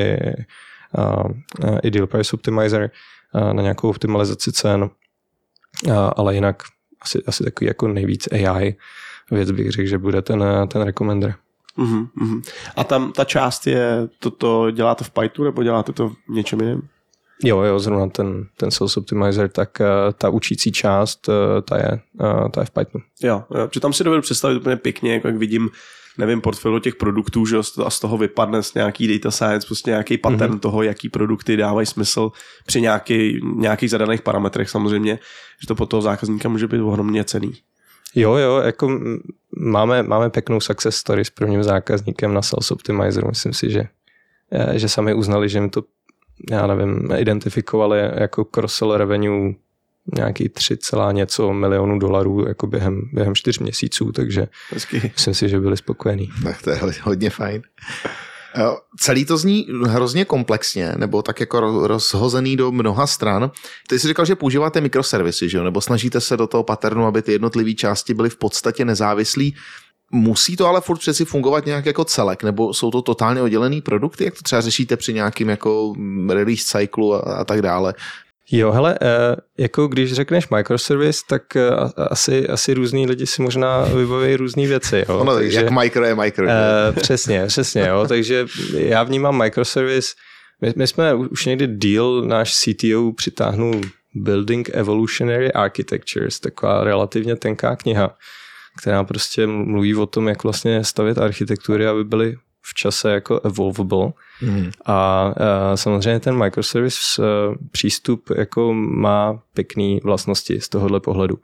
i Deal Price Optimizer na nějakou optimalizaci cen, ale jinak asi takový jako nejvíc AI věc bych řekl, že bude ten recommender. A tam ta část je, to děláte v Pythonu nebo děláte to v něčem jiném? Jo, zrovna ten Sales Optimizer, tak ta učící část, ta je v Pythonu. Jo, že tam si dovedu představit úplně pěkně, jako jak vidím, nevím, portfolio těch produktů, že a z toho vypadne z nějaký data science, prostě nějaký pattern toho, jaký produkty dávají smysl při nějakých zadaných parametrech samozřejmě, že to pro toho zákazníka může být ohromně cenný. Jo, jako máme pěknou success story s prvním zákazníkem na Sales Optimizeru. Myslím si, že sami uznali, že mi to, já nevím, identifikovali jako cross-sell revenue nějaký 3, něco milionů dolarů jako během 4 měsíců, takže myslím si, že byli spokojení. Tak to je hodně fajn. Celý to zní hrozně komplexně, nebo tak jako rozhozený do mnoha stran. Ty jsi říkal, že používáte mikroservisy, že jo? Nebo snažíte se do toho patternu, aby ty jednotlivé části byly v podstatě nezávislý. Musí to ale furt přeci fungovat nějak jako celek, nebo jsou to totálně oddělený produkty? Jak to třeba řešíte při nějakým jako release cyklu a tak dále? Jo, hele, jako když řekneš microservice, tak asi různý lidi si možná vybaví různý věci. Jo? Ono, takže, jak micro je micro. Přesně, jo, takže já vnímám microservice. My jsme už někdy deal, náš CTO přitáhnul Building Evolutionary Architectures, taková relativně tenká kniha, která prostě mluví o tom, jak vlastně stavět architektury, aby byly v čase jako evolvable. A samozřejmě ten microservice přístup jako má pěkný vlastnosti z tohohle pohledu.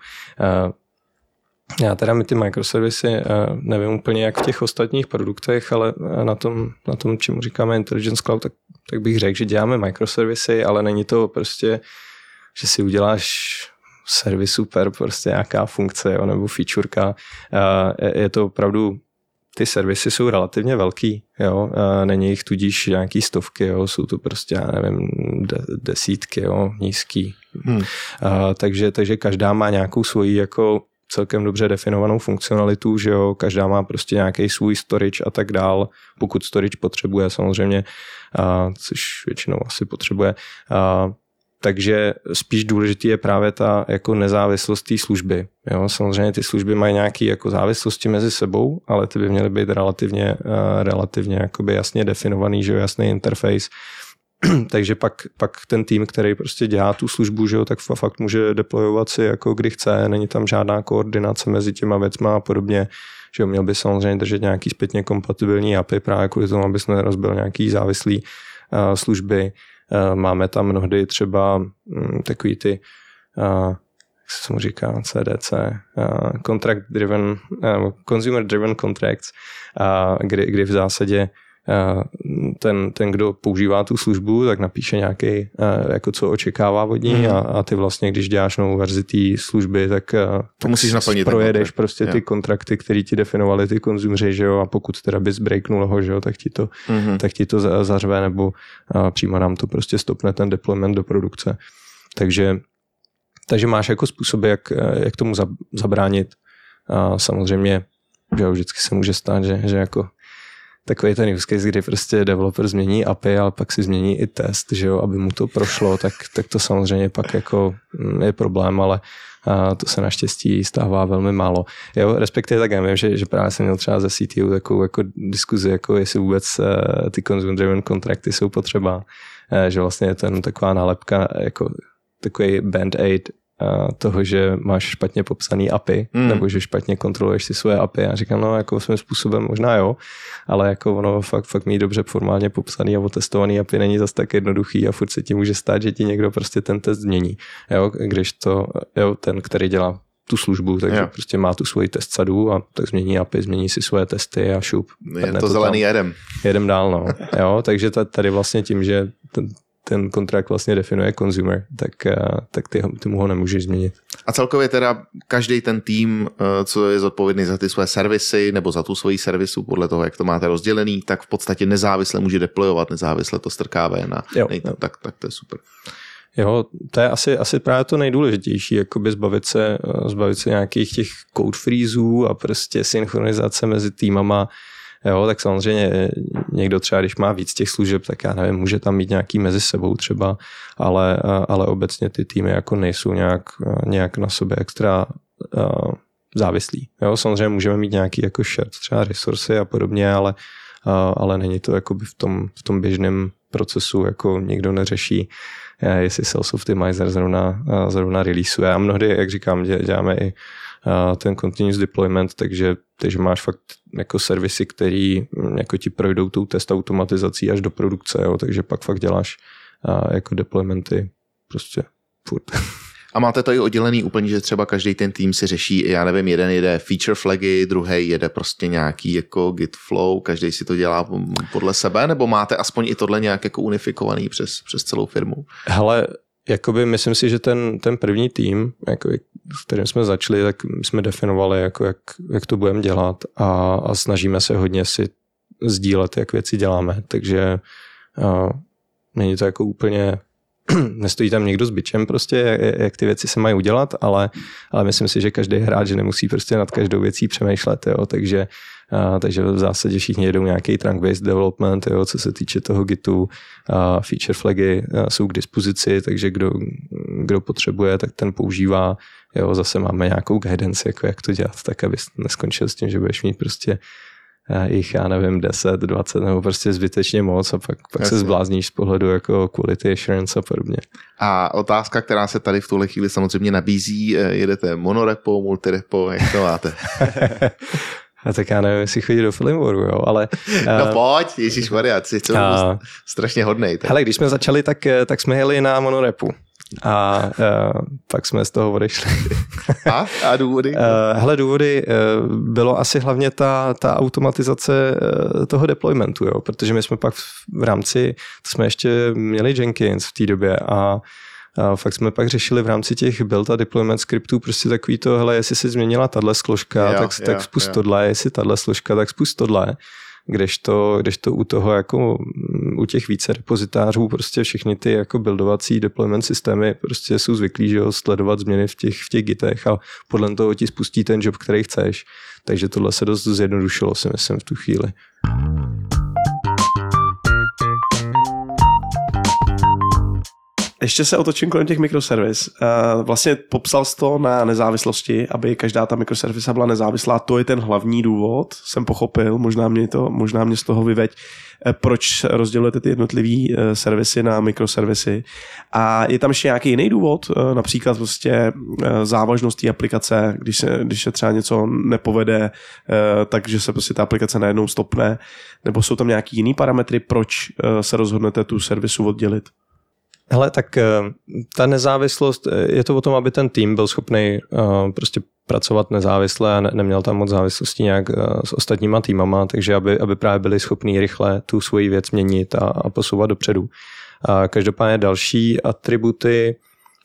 Já teda my ty microservisy nevím úplně jak v těch ostatních produktech, ale na tom čemu říkáme Intelligence Cloud, tak bych řekl, že děláme microservisy, ale není to prostě, že si uděláš servisu per prostě nějaká funkce, jo, nebo featureka. Je to opravdu, ty servisy jsou relativně velký, jo, není jich tudíž nějaký stovky, jo, jsou to prostě, já nevím, desítky, jo, nízký. Takže každá má nějakou svoji jako celkem dobře definovanou funkcionalitu, že jo, každá má prostě nějaký svůj storage a tak dál, pokud storage potřebuje samozřejmě, což většinou asi potřebuje. Takže spíš důležitý je právě ta jako nezávislost té služby. Jo? Samozřejmě ty služby mají nějaké jako závislosti mezi sebou, ale ty by měly být relativně jakoby jasně definovaný, že jo? Jasný interface. Takže pak ten tým, který prostě dělá tu službu, že jo, tak fakt může deployovat si jako kdy chce, není tam žádná koordinace mezi těma věcma a podobně, že jo, měl by samozřejmě držet nějaký zpětně kompatibilní API právě kvůli tomu, abys nerozbil nějaký závislý služby. Máme tam mnohdy třeba takový ty, jak se mu říká, CDC, Consumer Driven Contracts, kdy v zásadě ten, kdo používá tu službu, tak napíše nějaký, jako co očekává od ní a ty vlastně, když děláš novou verzi té služby, tak musíš naplnit. Projedeš prostě ty kontrakty, které ti definovali ty konzumři, že jo, a pokud teda bys breaknul ho, že jo, tak ti to zařve nebo přímo nám to prostě stopne ten deployment do produkce. Takže máš jako způsoby, jak tomu zabránit. A samozřejmě, že vždycky se může stát, že jako takový ten use case, kdy prostě developer změní API, ale pak si změní i test, že jo, aby mu to prošlo, tak to samozřejmě pak jako je problém, ale to se naštěstí stává velmi málo. Jo, respektive tak já vím, že právě jsem měl třeba ze CTO takovou jako diskuzi, jako jestli vůbec ty consumer driven kontrakty jsou potřeba, že vlastně je to taková nálepka, jako takový band-aid toho, že máš špatně popsaný API, nebo že špatně kontroluješ si svoje API. A říkám, no jako svým způsobem možná jo, ale jako ono fakt mít dobře formálně popsaný a otestovaný API není zas tak jednoduchý a furt se ti může stát, že ti někdo prostě ten test změní. Jo, když to, jo, ten, který dělá tu službu, takže prostě má tu svoji test sadu a tak změní API, změní si svoje testy a šup. Je to zelený jedem dál, no. Jo, takže tady vlastně tím, že ten kontrakt vlastně definuje consumer, tak ty mu ho nemůžeš změnit. A celkově teda každý ten tým, co je zodpovědný za ty své servisy nebo za tu svoji servisu, podle toho, jak to máte rozdělený, tak v podstatě nezávisle může deployovat, nezávisle to strká ven. Tak to je super. Jo, to je asi právě to nejdůležitější, jakoby zbavit se nějakých těch code freezů a prostě synchronizace mezi týmama. Jo, tak samozřejmě někdo třeba, když má víc těch služeb, tak já nevím, může tam mít nějaký mezi sebou třeba, ale obecně ty týmy jako nejsou nějak na sobě extra závislí. Jo, samozřejmě můžeme mít nějaký jako shared třeba resursy a podobně, ale není to jakoby v tom běžném procesu, jako nikdo neřeší, jestli Sales Optimizer zrovna releaseuje. A mnohdy, jak říkám, děláme i ten continuous deployment, takže máš fakt jako servisy, který jako ti projdou tou test automatizací až do produkce, jo, takže pak fakt děláš jako deploymenty prostě furt. A máte to i oddělený úplně, že třeba každý ten tým si řeší, já nevím, jeden jede feature flagy, druhý jede prostě nějaký jako git flow, každý si to dělá podle sebe, nebo máte aspoň i tohle nějak jako unifikovaný přes celou firmu? Hele, jakoby myslím si, že ten první tým, jako, s kterým jsme začali, tak jsme definovali, jako jak to budeme dělat a snažíme se hodně si sdílet, jak věci děláme, takže není to jako úplně, nestojí tam někdo s bičem prostě, jak ty věci se mají udělat, ale myslím si, že každý hráč nemusí prostě nad každou věcí přemýšlet, jo, takže v zásadě všichni jedou nějaký trunk-based development, jo, co se týče toho Gitu, feature flagy jsou k dispozici, takže kdo potřebuje, tak ten používá, jo, zase máme nějakou guidance, jako jak to dělat, tak aby neskončil s tím, že budeš mít prostě jich, já nevím, 10, 20 nebo prostě zbytečně moc a pak se zblázníš z pohledu jako quality assurance a podobně. A otázka, která se tady v tuhle chvíli samozřejmě nabízí, jedete monorepo, multirepo, jak to máte? A tak já nevím, jestli chodí do Flamewaru, jo, ale... No pojď, ježišmarja, jsi strašně hodnej. Tak. Hele, když jsme začali, tak jsme jeli na monorepu. A pak jsme z toho odešli. A důvody? Hele, důvody bylo asi hlavně ta automatizace toho deploymentu, jo, protože my jsme pak v rámci, to jsme ještě měli Jenkins v té době a fakt jsme pak řešili v rámci těch build a deployment skriptů prostě takový to, hele, jestli se změnila tahle složka, tak spust tohle, jestli tahle složka, tak spust tohle. Kdežto u toho jako u těch více repozitářů prostě všechny ty jako buildovací deployment systémy prostě jsou zvyklí, že jo, sledovat změny v těch gitech a podle toho ti spustí ten job, který chceš. Takže tohle se dost zjednodušilo, si myslím, v tu chvíli. Ještě se otočím kolem těch mikroservis. Vlastně popsal jsi to na nezávislosti, aby každá ta mikroservisa byla nezávislá. To je ten hlavní důvod, jsem pochopil, možná mě z toho vyveď, proč rozdělujete ty jednotlivý servisy na mikroservisy. A je tam ještě nějaký jiný důvod, například prostě závažnost té aplikace, když se třeba něco nepovede, takže se prostě ta aplikace najednou stopne, nebo jsou tam nějaký jiný parametry, proč se rozhodnete tu servisu oddělit? Hele, tak ta nezávislost, je to o tom, aby ten tým byl schopný prostě pracovat nezávisle a neměl tam moc závislosti nějak s ostatníma týmama, takže aby právě byli schopní rychle tu svoji věc měnit a posouvat dopředu. Každopádně další atributy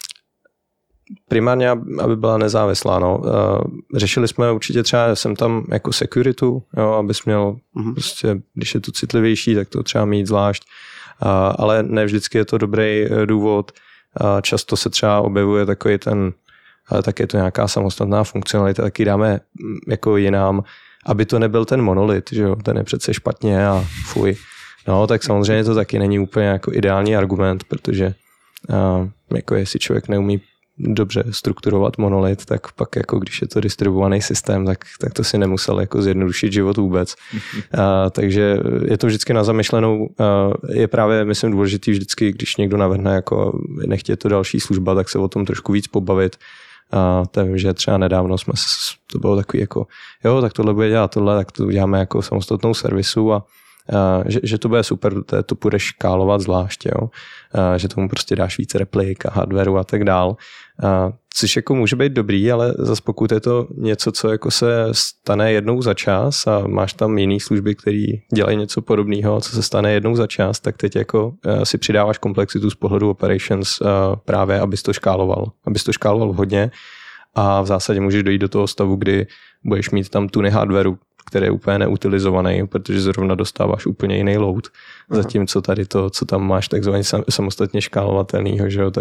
primárně, aby byla nezávislá. No. Řešili jsme určitě třeba, jsem tam jako security, jo, abys měl prostě, když je to citlivější, tak to třeba mít zvlášť, ale ne vždycky je to dobrý důvod. Často se třeba objevuje takový ten, ale tak je to nějaká samostatná funkcionalita, taky dáme jako jinám, aby to nebyl ten monolit, že jo, ten je přece špatně a fuj. No, tak samozřejmě to taky není úplně jako ideální argument, protože jako jestli člověk neumí dobře strukturovat monolit, tak pak jako když je to distribuovaný systém, tak to si nemusel jako zjednodušit život vůbec. Takže je to vždycky na zamyšlenou. Je právě, myslím, důležitý vždycky, když někdo navrhne jako nechtě to další služba, tak se o tom trošku víc pobavit. Takže třeba nedávno to bylo takový jako, jo, tak tohle bude dělat tohle, tak to uděláme jako samostatnou servisu a že to bude super, to půjdeš škálovat zvlášť, jo? Že tomu prostě dáš více replik a hardwareu a tak dál. Což jako může být dobrý, ale zase pokud je to něco, co jako se stane jednou za čas a máš tam jiný služby, které dělají něco podobného, co se stane jednou za čas, tak teď jako si přidáváš komplexitu z pohledu operations právě, abys to škáloval hodně a v zásadě můžeš dojít do toho stavu, kdy budeš mít tam tuny hardwareu, který je úplně neutilizovaný, protože zrovna dostáváš úplně jiný load. Zatímco tady to, co tam máš takzvaně samostatně škálovatelnýho, že jo,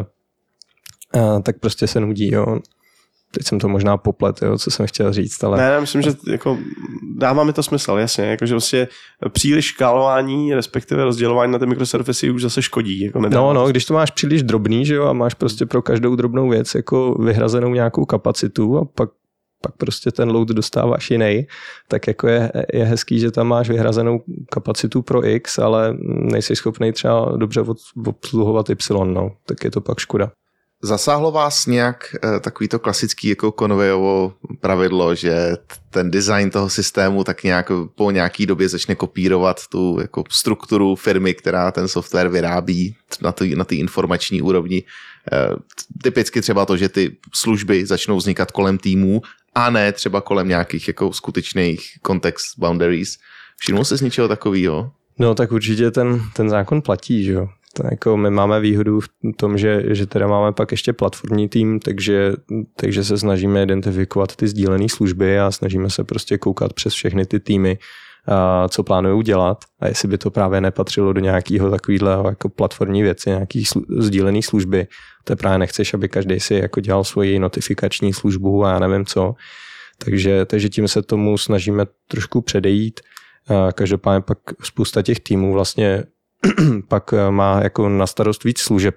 tak prostě se nudí, jo. Teď jsem to možná poplet, jo, co jsem chtěl říct, ale... Ne, myslím, že jako dává mi to smysl, jasně, jakože vlastně příliš škálování, respektive rozdělování na ty mikroservisy už zase škodí. Jako no, když to máš příliš drobný, že jo, a máš prostě pro každou drobnou věc jako vyhrazenou nějakou kapacitu a pak prostě ten load dostáváš jiný, tak jako je hezký, že tam máš vyhrazenou kapacitu pro X, ale nejsi schopný třeba dobře obsluhovat Y, no, tak je to pak škoda. Zasáhlo vás nějak takovýto klasický jako Conwayovo pravidlo, že ten design toho systému tak nějak po nějaký době začne kopírovat tu jako strukturu firmy, která ten software vyrábí na té informační úrovni. Typicky třeba to, že ty služby začnou vznikat kolem týmů a ne třeba kolem nějakých jako skutečných context boundaries. Všimnul jsi z něčeho takového? No tak určitě ten zákon platí, že jo. To jako my máme výhodu v tom, že teda máme pak ještě platformní tým, takže se snažíme identifikovat ty sdílené služby a snažíme se prostě koukat přes všechny ty týmy, co plánují dělat a jestli by to právě nepatřilo do nějakého takového jako platformní věci, nějaký sdílený služby. To právě nechceš, aby každý si jako dělal svoji notifikační službu a já nevím co. Takže tím se tomu snažíme trošku předejít. Každopádně pak spousta těch týmů vlastně pak má jako na starost víc služeb,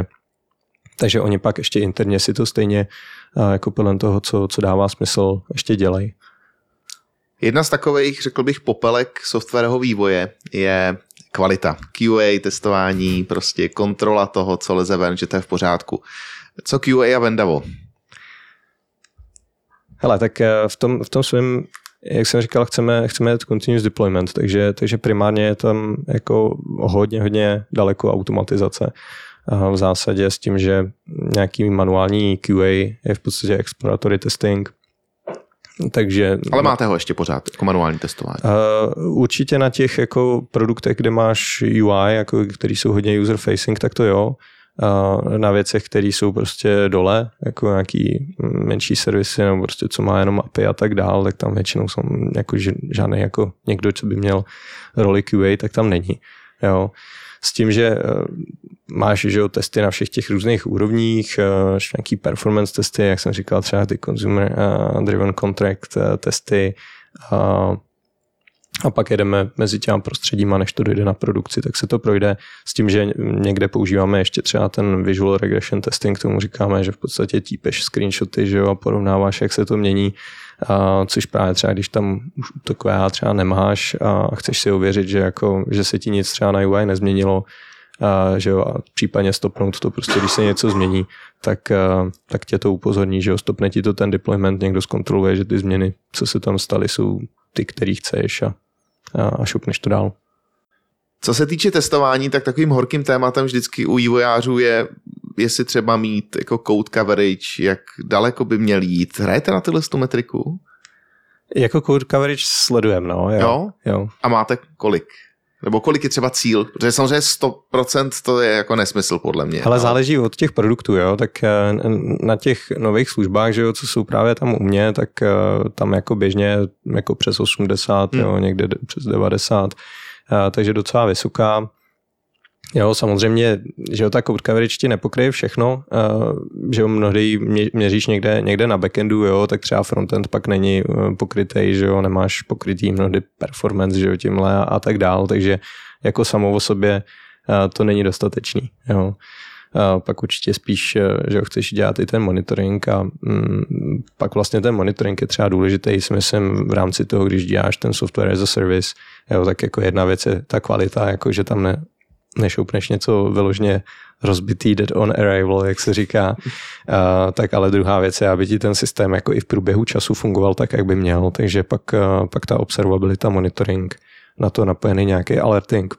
takže oni pak ještě interně si to stejně jako podle toho, co dává smysl, ještě dělají. Jedna z takových, řekl bych, popelek softwarového vývoje je kvalita. QA, testování, prostě kontrola toho, co leze ven, že to je v pořádku. Co QA a Vendavo? Hele, tak v tom svém, jak jsem říkal, chceme continuous deployment, takže primárně je tam jako hodně daleko automatizace. V zásadě s tím, že nějaký manuální QA je v podstatě exploratory testing. Takže, ale máte ho ještě pořád, jako manuální testování? Určitě na těch jako produktech, kde máš UI, jako, který jsou hodně user facing, tak to jo. Na věcech, které jsou prostě dole, jako nějaký menší servisy, nebo prostě co má jenom API a tak dál, tak tam většinou jsou jako žádný jako někdo, co by měl roli QA, tak tam není. Jo. S tím, že máš že, testy na všech těch různých úrovních, nějaký performance testy, jak jsem říkal, třeba ty consumer driven contract testy, a pak jedeme mezi těma prostředíma, než to dojde na produkci, tak se to projde s tím, že někde používáme ještě třeba ten visual regression testing, tomu říkáme, že v podstatě típeš screenshoty, že jo, a porovnáváš, jak se to mění, což právě třeba, když tam už to QA třeba nemáš a chceš si ověřit, že se ti nic třeba na UI nezměnilo, že jo, a případně stopnout to prostě, když se něco změní, tak tě to upozorní, že jo, stopne ti to ten deployment, někdo zkontroluje, že ty změny, co se tam staly, jsou ty, který chceš a šupneš to dál. Co se týče testování, tak takovým horkým tématem vždycky u vývojářů je jestli třeba mít jako code coverage, jak daleko by měl jít. Hrajete na tyhle metriku? Jako code coverage sledujeme, no. Jo. A máte kolik? Nebo kolik je třeba cíl? Protože samozřejmě 100% to je jako nesmysl podle mě. Ale záleží od těch produktů, jo, tak na těch nových službách, že jo, co jsou právě tam u mě, tak tam jako běžně jako přes 80, jo, někde přes 90, takže docela vysoká. Jo, samozřejmě, že jo, ta code coverage ti nepokryje všechno, že jo, mnohdy měříš někde na backendu, jo, tak třeba frontend pak není pokrytej, že jo, nemáš pokrytý mnohdy performance, že jo, tímhle a tak dál, takže jako samo o sobě to není dostatečný, jo. Pak určitě spíš, že jo, chceš dělat i ten monitoring a pak vlastně ten monitoring je třeba důležitý, si myslím, v rámci toho, když děláš ten software as a service, jo, tak jako jedna věc je ta kvalita, jako že tam nešoupneš něco vyloženě rozbitý dead on arrival, jak se říká, tak ale druhá věc je, aby ti ten systém jako i v průběhu času fungoval tak, jak by měl, takže pak ta observabilita, monitoring, na to napojený nějaký alerting,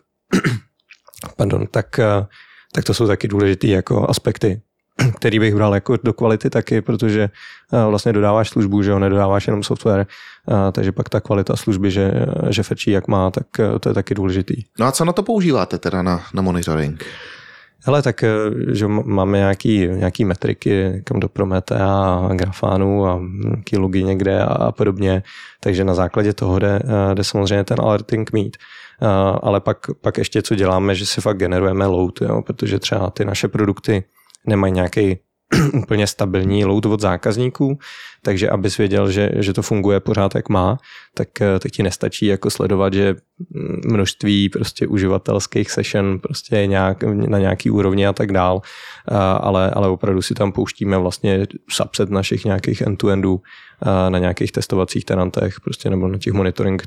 pardon, tak to jsou taky důležitý jako aspekty, který bych bral jako do kvality taky, protože vlastně dodáváš službu, že jo, nedodáváš jenom software, takže pak ta kvalita služby, že fetčí jak má, tak to je taky důležitý. No a co na to používáte teda na monitoring? Hele, tak že máme nějaký metriky kam do Prometea, Grafánu a nějaký logy někde a podobně, takže na základě toho jde samozřejmě ten alerting mít. Ale pak ještě co děláme, že si fakt generujeme load, jo, protože třeba ty naše produkty nemají nějaký úplně stabilní load od zákazníků, takže abys věděl, že to funguje pořád jak má, tak ti nestačí jako sledovat, že množství prostě uživatelských session prostě je na nějaký úrovni a tak dál, ale opravdu si tam pouštíme vlastně subset našich nějakých end-to-endů na nějakých testovacích tenantech prostě nebo na těch monitoring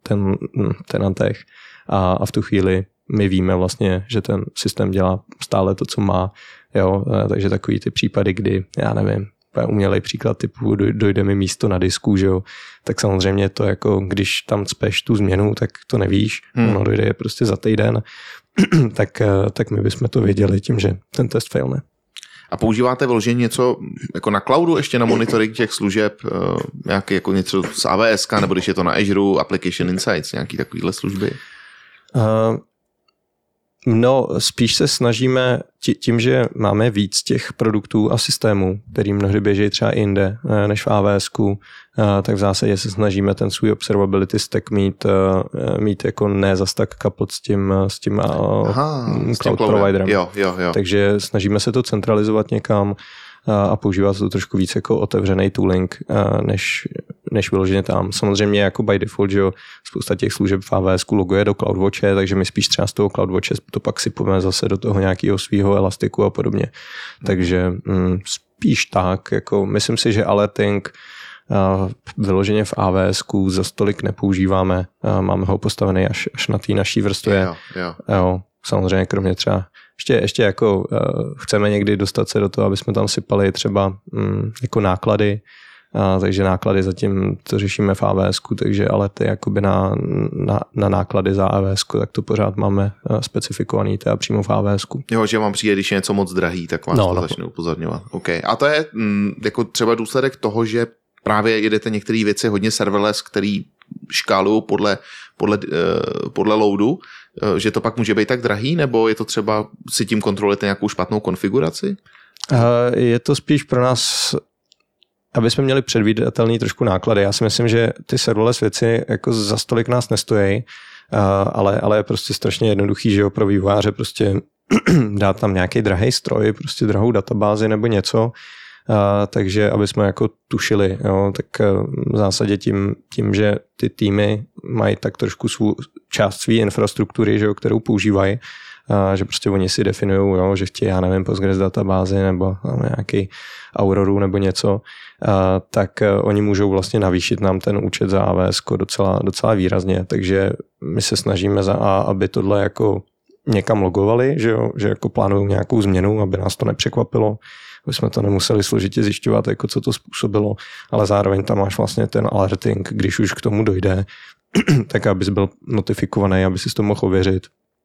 tenantech a v tu chvíli my víme vlastně, že ten systém dělá stále to, co má. Jo, takže takový ty případy, kdy, já nevím, umělej příklad typu dojde mi místo na disku, že jo, tak samozřejmě to jako, když tam cpeš tu změnu, tak to nevíš, ono dojde prostě za týden, tak my bychom to věděli tím, že ten test failne. A používáte vyloženě něco jako na cloudu ještě na monitoring těch služeb, nějaký jako něco z AWS, nebo když je to na Azure, Application Insights, nějaký takovýhle služby? No, spíš se snažíme tím, že máme víc těch produktů a systémů, který mnohdy běží třeba i jinde než v AWSku, tak v zásadě se snažíme ten svůj observability stack mít jako ne zas tak kapot s tím cloud providerem. Jo. Takže snažíme se to centralizovat někam a používá se to trošku víc jako otevřený tooling, než vyloženě tam. Samozřejmě jako by default, že jo, spousta těch služeb v AWSku loguje do CloudWatche, takže my spíš třeba z toho CloudWatche to pak sypujeme zase do toho nějakého svého elastiku a podobně. Takže spíš tak, jako myslím si, že alerting vyloženě v AWSku za stolik nepoužíváme. Máme ho postavený až na té naší vrstvě. Jo, samozřejmě kromě třeba ještě jako chceme někdy dostat se do toho, aby jsme tam sypali třeba jako náklady, takže náklady zatím to řešíme v AWSku, takže ale ty jakoby na náklady za AWSku, tak to pořád máme specifikovaný teda přímo v AWSku. Jo, že vám přijde, když je něco moc drahý, tak vás to začne upozorňovat. Okay. A to je jako třeba důsledek toho, že právě jedete některé věci hodně serverless, který škálují podle loadu, že to pak může být tak drahý, nebo je to třeba si tím kontrolujete nějakou špatnou konfiguraci? Je to spíš pro nás, aby jsme měli předvídatelný trošku náklady. Já si myslím, že ty serverless věci jako za stolik nás nestojí, ale je prostě strašně jednoduchý, že jo, pro vývojáře prostě dát tam nějaký drahý stroj, prostě drahou databázi nebo něco, takže aby jsme jako tušili, jo, tak v zásadě tím, že ty týmy mají tak trošku část své infrastruktury, že jo, kterou používají, že prostě oni si definují, jo, že chtějí, já nevím, Postgres databázi nebo nějaký Auroru nebo něco, tak oni můžou vlastně navýšit nám ten účet za AWS docela výrazně, takže my se snažíme aby tohle jako někam logovali, že jo, že jako plánují nějakou změnu, aby nás to nepřekvapilo, aby jsme to nemuseli složitě zjišťovat, jako co to způsobilo, ale zároveň tam máš vlastně ten alerting, když už k tomu dojde, tak abys byl notifikovaný, aby si to mohl ověřit.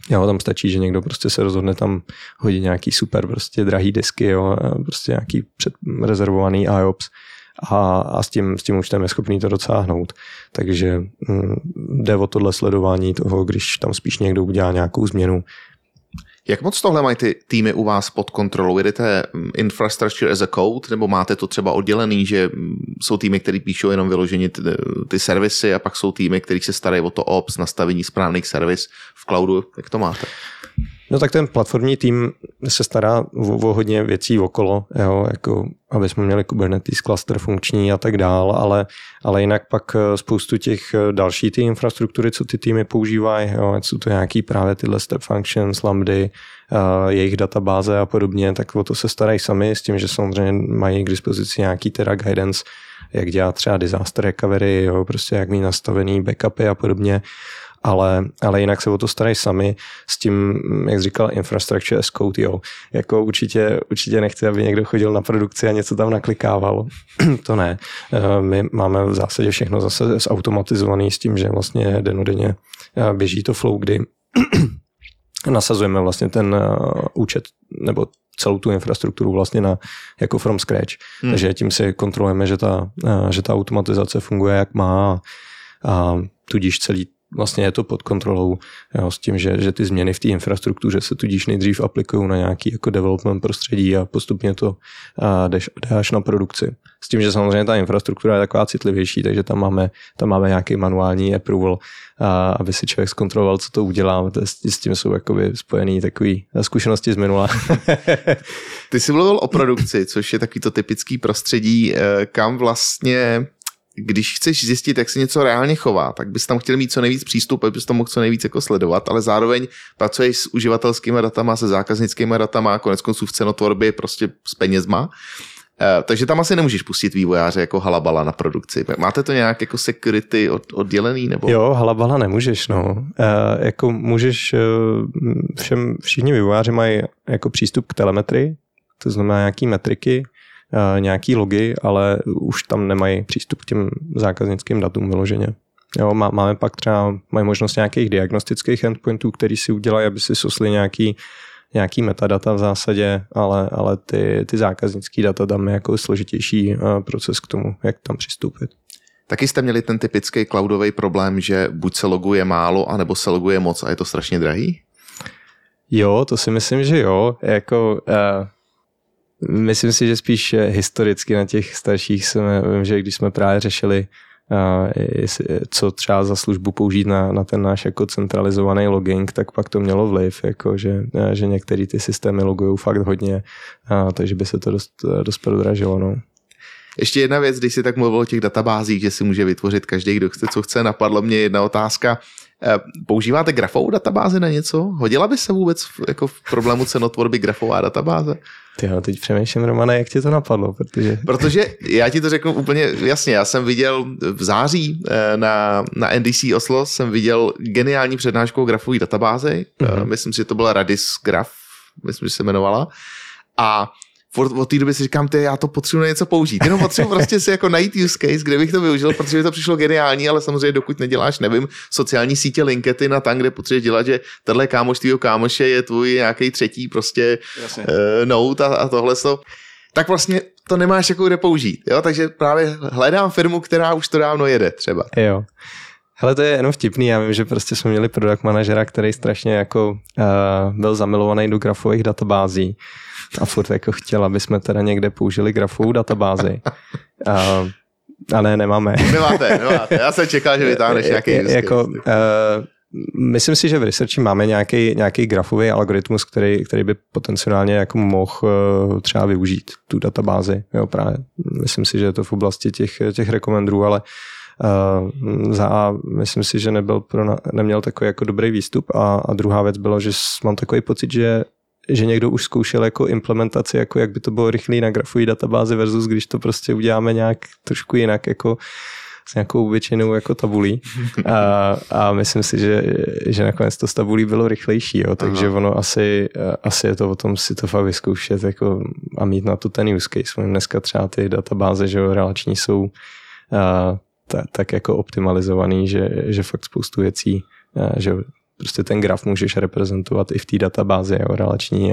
Jo, tam stačí, že někdo prostě se rozhodne tam hodit nějaký super prostě drahý disky, jo, prostě nějaký předrezervovaný IOPS a s tím účtem je schopný to docáhnout. Takže jde o tohle sledování toho, když tam spíš někdo udělá nějakou změnu. Jak moc tohle mají ty týmy u vás pod kontrolou? Jedete infrastructure as a code, nebo máte to třeba oddělený, že jsou týmy, které píšou jenom vyloženě ty servisy a pak jsou týmy, které se starají o to ops, nastavení správných servis v cloudu? Jak to máte? No tak ten platformní tým se stará o hodně věcí okolo, jo, jako aby jsme měli Kubernetes cluster funkční a tak dál, ale jinak pak spoustu těch další ty infrastruktury, co ty týmy používají, jo, jsou to nějaký právě tyhle step functions, lambdy, jejich databáze a podobně, tak o to se starají sami s tím, že samozřejmě mají k dispozici nějaký teda guidance, jak dělat třeba disaster recovery, jo, prostě jak mít nastavený backupy a podobně. Ale jinak se o to starají sami s tím, jak jsi říkal, infrastructure as code, jo. Jako určitě nechci, aby někdo chodil na produkci a něco tam naklikával. To ne. My máme v zásadě všechno zase zautomatizovaný s tím, že vlastně dennodenně běží to flow, kdy nasazujeme vlastně ten účet nebo celou tu infrastrukturu vlastně jako from scratch. Takže tím si kontrolujeme, že ta automatizace funguje jak má a tudíž celý vlastně je to pod kontrolou, jo, s tím, že ty změny v té infrastruktuře se tudíž nejdřív aplikují na nějaký jako development prostředí a postupně to jde až na produkci. S tím, že samozřejmě ta infrastruktura je taková citlivější, takže tam máme nějaký manuální approval, aby si člověk zkontroloval, co to udělá. S tím jsou jakoby spojený takový zkušenosti z minula. Ty jsi mluvil o produkci, což je takový to typický prostředí, kam vlastně když chceš zjistit, jak se něco reálně chová, tak bys tam chtěl mít co nejvíc přístup, abys to mohl co nejvíc jako sledovat, ale zároveň pracuješ s uživatelskými datama, se zákaznickými datama, koneckonců v cenotvorbě prostě s penězma. Takže tam asi nemůžeš pustit vývojáře jako halabala na produkci. Máte to nějak jako security oddělený? Nebo? Jo, halabala nemůžeš, no. Jako můžeš, všichni vývojáři mají jako přístup k telemetrii, to znamená nějaký metriky, nějaký logy, ale už tam nemají přístup k těm zákaznickým datům vyloženě. Jo, máme pak třeba mají možnost nějakých diagnostických endpointů, který si udělají, aby si sosli nějaký metadata v zásadě, ale ty zákaznický data tam je jako složitější proces k tomu, jak tam přistoupit. Taky jste měli ten typický cloudový problém, že buď se loguje málo, anebo se loguje moc a je to strašně drahý? Jo, to si myslím, že jo. Jako myslím si, že spíš historicky na těch starších vím, že když jsme právě řešili, co třeba za službu použít na ten náš jako centralizovaný logging, tak pak to mělo vliv, jako že některé ty systémy logují fakt hodně, takže by se to dost prodražilo. No. Ještě jedna věc, když jsi tak mluvil o těch databázích, že si může vytvořit každý, kdo chce, co chce, napadlo mě jedna otázka. Používáte grafovou databázi na něco? Hodila by se vůbec jako v problému cenotvorby grafová databáze? Tyjo, teď přemýšlím, Romane, jak ti to napadlo? Protože já ti to řeknu úplně jasně, já jsem viděl v září na NDC Oslo jsem viděl geniální přednášku o grafové databázi, myslím si, že to byla Radis Graph, myslím, že se jmenovala, a od té doby si říkám, já to potřebuji na něco použít. Jenom potřebuji prostě si jako najít use case, kde bych to využil, protože mi to přišlo geniální, ale samozřejmě dokud neděláš, nevím, sociální sítě LinkedIn a tam, kde potřebuješ dělat, že tenhle kámoš tvýho kámoše je tvůj nějaký třetí prostě note a tohle to, tak vlastně to nemáš jako kde použít. Jo? Takže právě hledám firmu, která už to dávno jede třeba. Jo. Hele, to je jenom vtipný, já vím, že prostě jsme měli product manažera, který strašně jako byl zamilovaný do grafových databází a furt jako chtěl, aby jsme teda někde použili grafovou databázi. Ale nemáme. Nemáte. Já jsem čekal, že vytáhneš nějaký jako, myslím si, že v researchi máme nějaký grafový algoritmus, který by potenciálně jako mohl třeba využít tu databázi. Jo, právě. Myslím si, že je to v oblasti těch rekomendů, ale myslím si, že neměl takový jako dobrý výstup a druhá věc byla, že mám takový pocit, že někdo už zkoušel jako implementaci, jako jak by to bylo rychlý na grafové databázi versus když to prostě uděláme nějak trošku jinak, jako s nějakou obyčejnou jako tabulí a myslím si, že nakonec to s tabulí bylo rychlejší, jo, takže ono asi je to o tom si to fakt vyzkoušet jako, a mít na to ten use case. Dneska třeba ty databáze, že jo, relační jsou tak jako optimalizovaný, že fakt spoustu věcí, že prostě ten graf můžeš reprezentovat i v té databázi, jo, relační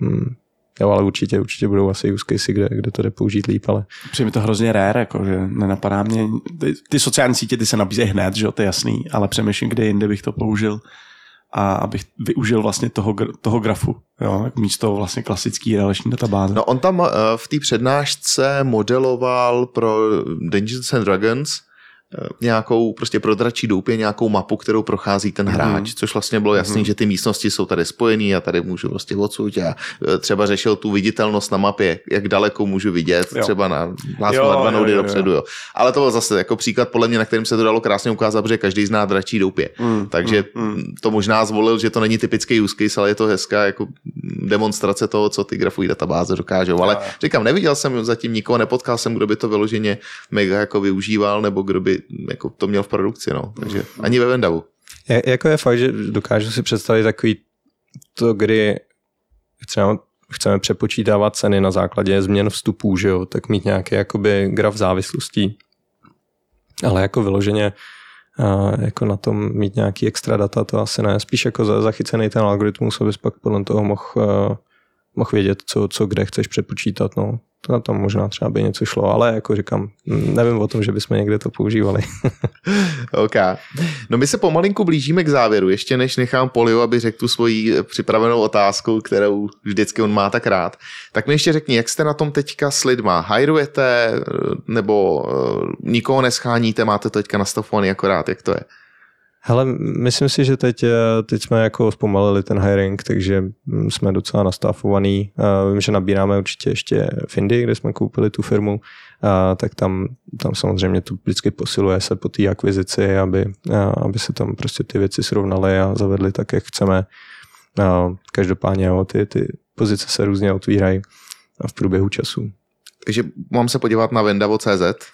jo, ale určitě budou asi use casey, kde to jde použít líp, ale... Přijde mi to hrozně rare, jako, že nenapadá mě... Ty sociální sítě, ty se nabízejí hned, že jo, to je jasný, ale přemýšlím, kde jinde bych to použil a abych využil vlastně toho grafu, jo, místo vlastně klasický relační databáze. No on tam v té přednášce modeloval pro Dungeons and Dragons nějakou prostě pro dračí doupě nějakou mapu, kterou prochází ten hráč, což vlastně bylo jasný, že ty místnosti jsou tady spojený a tady můžu vlastně odsud a třeba řešil tu viditelnost na mapě, jak daleko můžu vidět, třeba na 2 nody dopředu. Jo. Ale to byl zase jako příklad podle mě, na kterým se to dalo krásně ukázat, protože každý zná dračí doupě. Takže to možná zvolil, že to není typický use case, ale je to hezká jako demonstrace toho, co ty grafové databáze dokážou. Ale říkám, neviděl jsem zatím nikoho, nepotkal jsem, kdo by to vyloženě mega jako využíval, nebo kdo by jako to měl v produkci, no. Takže ani ve Vendavu. Jako je fakt, že dokážu si představit takový to, kdy třeba chceme přepočítávat ceny na základě změn vstupů, že jo, tak mít nějaký jakoby graf závislostí. Ale jako vyloženě jako na tom mít nějaký extra data, to asi ne. Spíš jako zachycený ten algoritmus, abys pak podle toho mohl vědět, co kde chceš přepočítat, no. To tam možná třeba by něco šlo, ale jako říkám, nevím o tom, že bychom někde to používali. OK. No my se pomalinku blížíme k závěru, ještě než nechám Polio, aby řekl tu svoji připravenou otázku, kterou vždycky on má tak rád. Tak mi ještě řekni, jak jste na tom teďka s lidma? Hajrujete nebo nikoho nescháníte, máte to teďka nastafovaný akorát, jak to je? Hele, myslím si, že teď jsme jako zpomalili ten hiring, takže jsme docela nastafovaný. Vím, že nabíráme určitě ještě v Indii, kde jsme koupili tu firmu, tak tam samozřejmě to vždycky posiluje se po té akvizici, aby se tam prostě ty věci srovnaly a zavedly tak, jak chceme. Každopádně ty pozice se různě otvírají v průběhu času. Takže mám se podívat na vendavo.cz?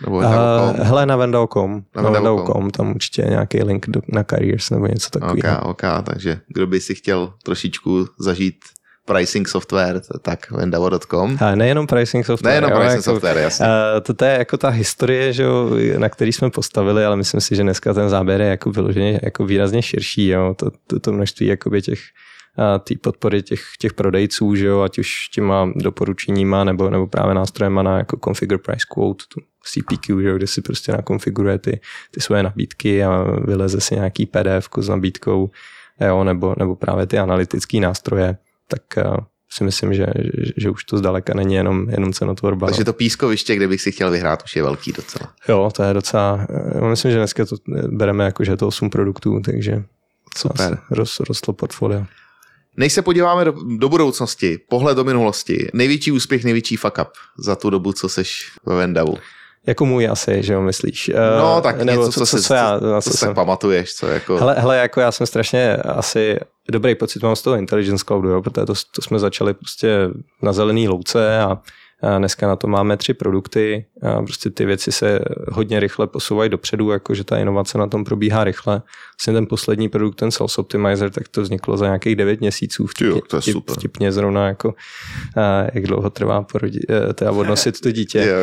Hele, na vendavo.com, tam určitě je nějaký link na careers nebo něco takového. OK, takže kdo by si chtěl trošičku zažít pricing software, tak vendavo.com. Nejenom pricing software. Nejenom pricing software, jasně. To je jako ta historie, že jo, na který jsme postavili, ale myslím si, že dneska ten záběr je jako vyloženě jako výrazně širší. Jo. To množství jakoby té podpory těch prodejců, že jo, ať už těma doporučeníma nebo právě nástrojema na jako configure price quote, tu CPQ, že jo, kde si prostě nakonfiguruje ty svoje nabídky a vyleze si nějaký PDF s nabídkou, jo, nebo právě ty analytické nástroje, tak si myslím, že už to zdaleka není jenom cenotvorba. Takže to pískoviště, kde bych si chtěl vyhrát, už je velký docela. Jo, to je docela, myslím, že dneska to bereme jako, že je to 8 produktů, takže super. Rostlo portfolio. Než se podíváme do budoucnosti, pohled do minulosti, největší úspěch, největší fuck up za tu dobu, co seš ve Vendavu. Jako můj asi, že jo, myslíš? No tak nebo něco, co si tak pamatuješ, co jako... Hele, jako já jsem strašně asi dobrý pocit mám z toho Intelligence Cloudu, jo, protože to jsme začali prostě na zelený louce a dneska na to máme 3 produkty a prostě ty věci se hodně rychle posouvají dopředu, jakože ta inovace na tom probíhá rychle. Vlastně ten poslední produkt, ten Sales Optimizer, tak to vzniklo za nějakých 9 měsíců. Vtipně zrovna jako jak dlouho trvá odnosit to dítě.